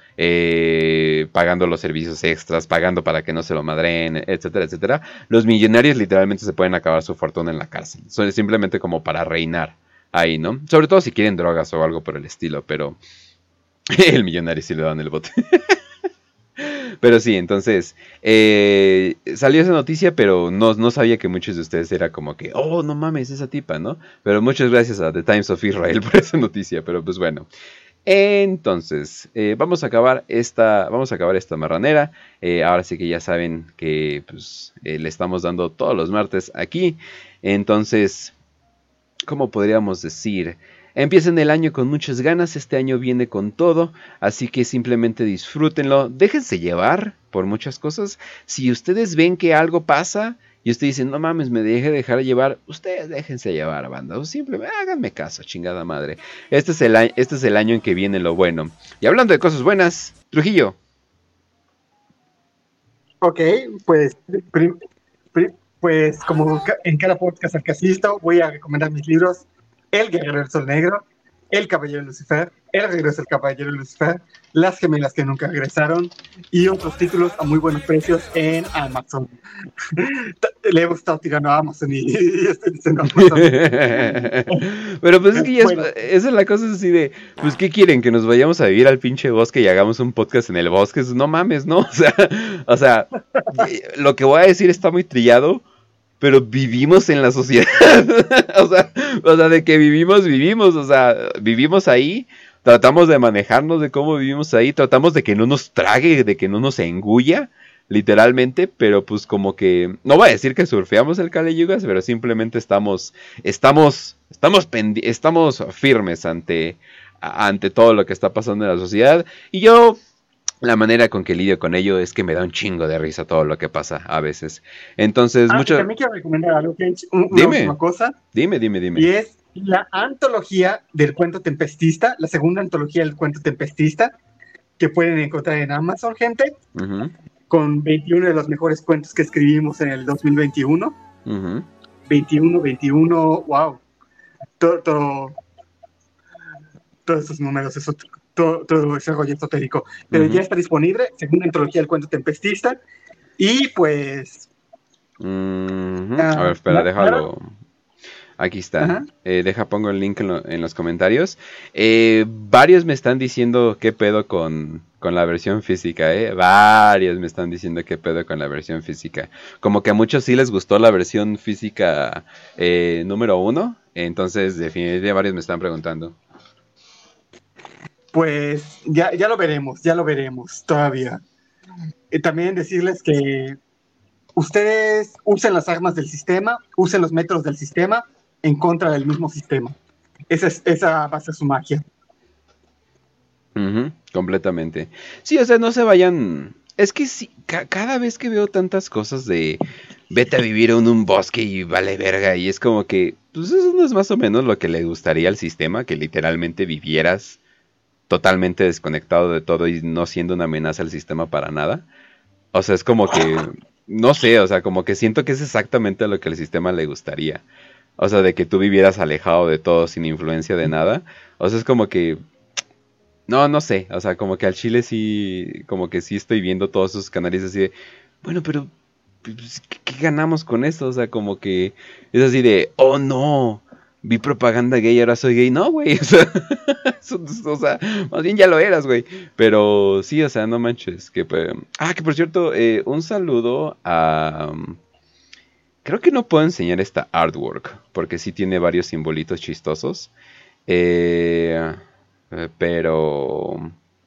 Speaker 1: los servicios extras, pagando para que no se lo madreen, etcétera, etcétera. Los millonarios literalmente se pueden acabar su fortuna en la cárcel. Son simplemente como para reinar ahí, ¿no? Sobre todo si quieren drogas o algo por el estilo, pero el millonario sí le dan el bote. Pero sí, entonces salió esa noticia, pero no sabía que muchos de ustedes era como que, oh, no mames, esa tipa, ¿no? Pero muchas gracias a The Times of Israel por esa noticia, pero pues bueno. Entonces, vamos a acabar esta marranera. Ahora sí que ya saben que pues, le estamos dando todos los martes aquí. Entonces, ¿cómo podríamos decir? Empiecen el año con muchas ganas, este año viene con todo, así que simplemente disfrútenlo, déjense llevar por muchas cosas. Si ustedes ven que algo pasa y ustedes dicen, no mames, me dejé dejar llevar, ustedes déjense llevar, banda, o simplemente háganme caso, chingada madre. Este es el año en que viene lo bueno. Y hablando de cosas buenas, Trujillo.
Speaker 4: Ok, pues como en cada podcast al que asisto, voy a recomendar mis libros: El Guerrero del Sol Negro, El Caballero de Lucifer, El Regreso del Caballero de Lucifer, Las Gemelas que Nunca Regresaron y otros títulos a muy buenos precios en Amazon. Le he estado tirando a Amazon y estoy diciendo Amazon.
Speaker 1: Pero pues es que ya esa es la cosa así de, pues ¿qué quieren? ¿Que nos vayamos a vivir al pinche bosque y hagamos un podcast en el bosque? No mames, ¿no? O sea, lo que voy a decir está muy trillado, pero vivimos en la sociedad. o sea, de que vivimos, o sea, vivimos ahí, tratamos de manejarnos de cómo vivimos ahí, tratamos de que no nos trague, de que no nos engulla, literalmente, pero pues como que, no voy a decir que surfeamos el Kali Yugas, pero simplemente estamos firmes ante todo lo que está pasando en la sociedad, y yo, la manera con que lidio con ello es que me da un chingo de risa todo lo que pasa a veces. Entonces,
Speaker 4: también quiero recomendar algo, Kench, una última cosa.
Speaker 1: Dime.
Speaker 4: Y es la antología del cuento tempestista, la segunda antología del cuento tempestista, que pueden encontrar en Amazon, gente, con 21 de los mejores cuentos que escribimos en el 2021. 21, wow. Todos esos números, todo ese rollo esotérico. Pero ya está disponible, segunda antología del cuento tempestista. Y pues...
Speaker 1: a ver, espera, déjalo... Aquí está. Pongo el link en los comentarios. Varios me están diciendo qué pedo con la versión física, Varios me están diciendo qué pedo con la versión física. Como que a muchos sí les gustó la versión física número 1. Entonces, definitivamente varios me están preguntando.
Speaker 4: Pues ya lo veremos todavía. También decirles que ustedes usen las armas del sistema, usen los métodos del sistema en contra del mismo sistema. Esa va a ser su magia.
Speaker 1: Completamente. Sí, o sea, no se vayan... Es que sí, cada vez que veo tantas cosas de vete a vivir en un bosque y vale verga, y es como que, pues eso no es más o menos lo que le gustaría al sistema, que literalmente vivieras totalmente desconectado de todo y no siendo una amenaza al sistema para nada. O sea, es como que, no sé, o sea, como que siento que es exactamente lo que al sistema le gustaría. O sea, de que tú vivieras alejado de todo, sin influencia de nada. O sea, es como que, no sé, o sea, como que al chile sí, como que sí estoy viendo todos esos canales así de, bueno, pero, ¿qué ganamos con esto? O sea, como que es así de, oh no, vi propaganda gay, ahora soy gay. No, güey, o sea, más bien ya lo eras, güey. Pero sí, o sea, no manches. Que por cierto, un saludo a... creo que no puedo enseñar esta artwork, porque sí tiene varios simbolitos chistosos. Pero...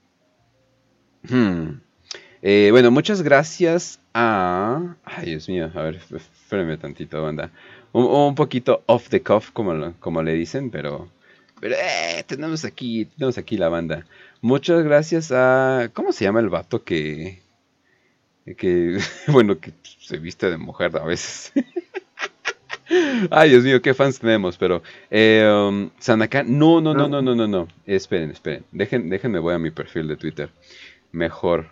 Speaker 1: bueno, muchas gracias a... Ay, Dios mío, a ver, espérenme tantito, banda. Un poquito off the cuff, como le dicen, pero tenemos aquí la banda. Muchas gracias a... ¿Cómo se llama el vato que bueno, que se viste de mujer a veces? Ay, Dios mío, qué fans tenemos, pero... Sanakan... No. Esperen. Déjenme, voy a mi perfil de Twitter. Mejor.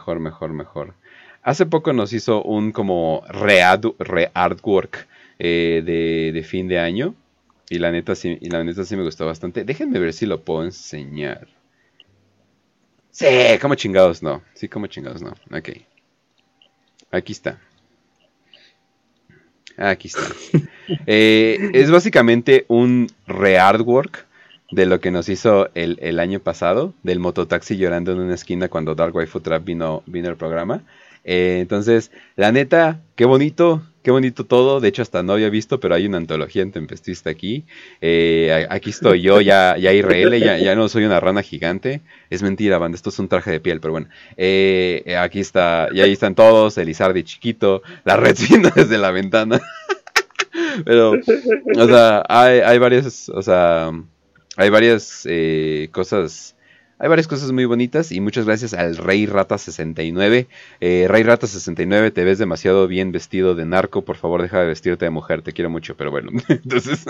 Speaker 1: Hace poco nos hizo un como re-artwork de fin de año. Y la neta sí me gustó bastante. Déjenme ver si lo puedo enseñar. Sí, como chingados no. Ok. Aquí está. Es básicamente un re-artwork de lo que nos hizo el año pasado. Del mototaxi llorando en una esquina cuando Dark Waifu Trap vino al programa. Entonces, la neta, qué bonito todo. De hecho, hasta no había visto, pero hay una antología en Tempestista aquí. Aquí estoy yo, ya IRL, ya no soy una rana gigante. Es mentira, banda, esto es un traje de piel, pero bueno. Aquí está, y ahí están todos, el Lizardi chiquito, la Red viendo desde la ventana. Pero, o sea, hay varias, o sea, hay varias cosas... Hay varias cosas muy bonitas y muchas gracias al Rey Rata 69. Rey Rata 69, te ves demasiado bien vestido de narco. Por favor, deja de vestirte de mujer. Te quiero mucho, pero bueno. Entonces...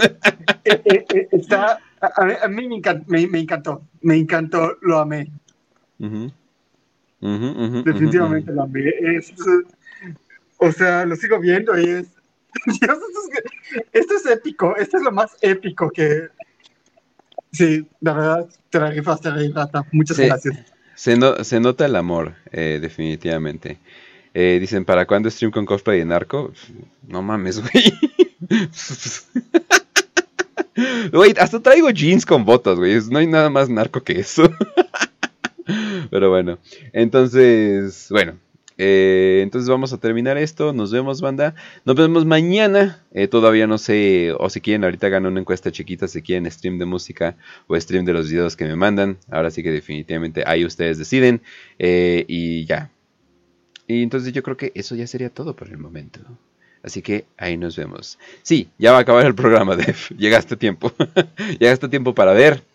Speaker 4: a mí me encantó. Lo amé. Definitivamente lo amé. O sea, lo sigo viendo y es... Dios, esto es épico. Esto es lo más épico que... Sí, la verdad, te la rifaste, Rey Rata. Muchas gracias.
Speaker 1: Se nota el amor, definitivamente. Dicen, ¿para cuándo stream con cosplay de narco? No mames, güey. Güey, hasta traigo jeans con botas, güey. No hay nada más narco que eso. Pero bueno, entonces, bueno. Entonces vamos a terminar esto. Nos vemos, banda. Nos vemos mañana. Todavía no sé, o si quieren, ahorita hagan una encuesta chiquita, si quieren stream de música o stream de los videos que me mandan. Ahora sí que definitivamente ahí ustedes deciden. Y ya. Y entonces yo creo que eso ya sería todo por el momento. Así que ahí nos vemos. Sí, ya va a acabar el programa, Def. Llegaste a tiempo. Llegaste a tiempo para ver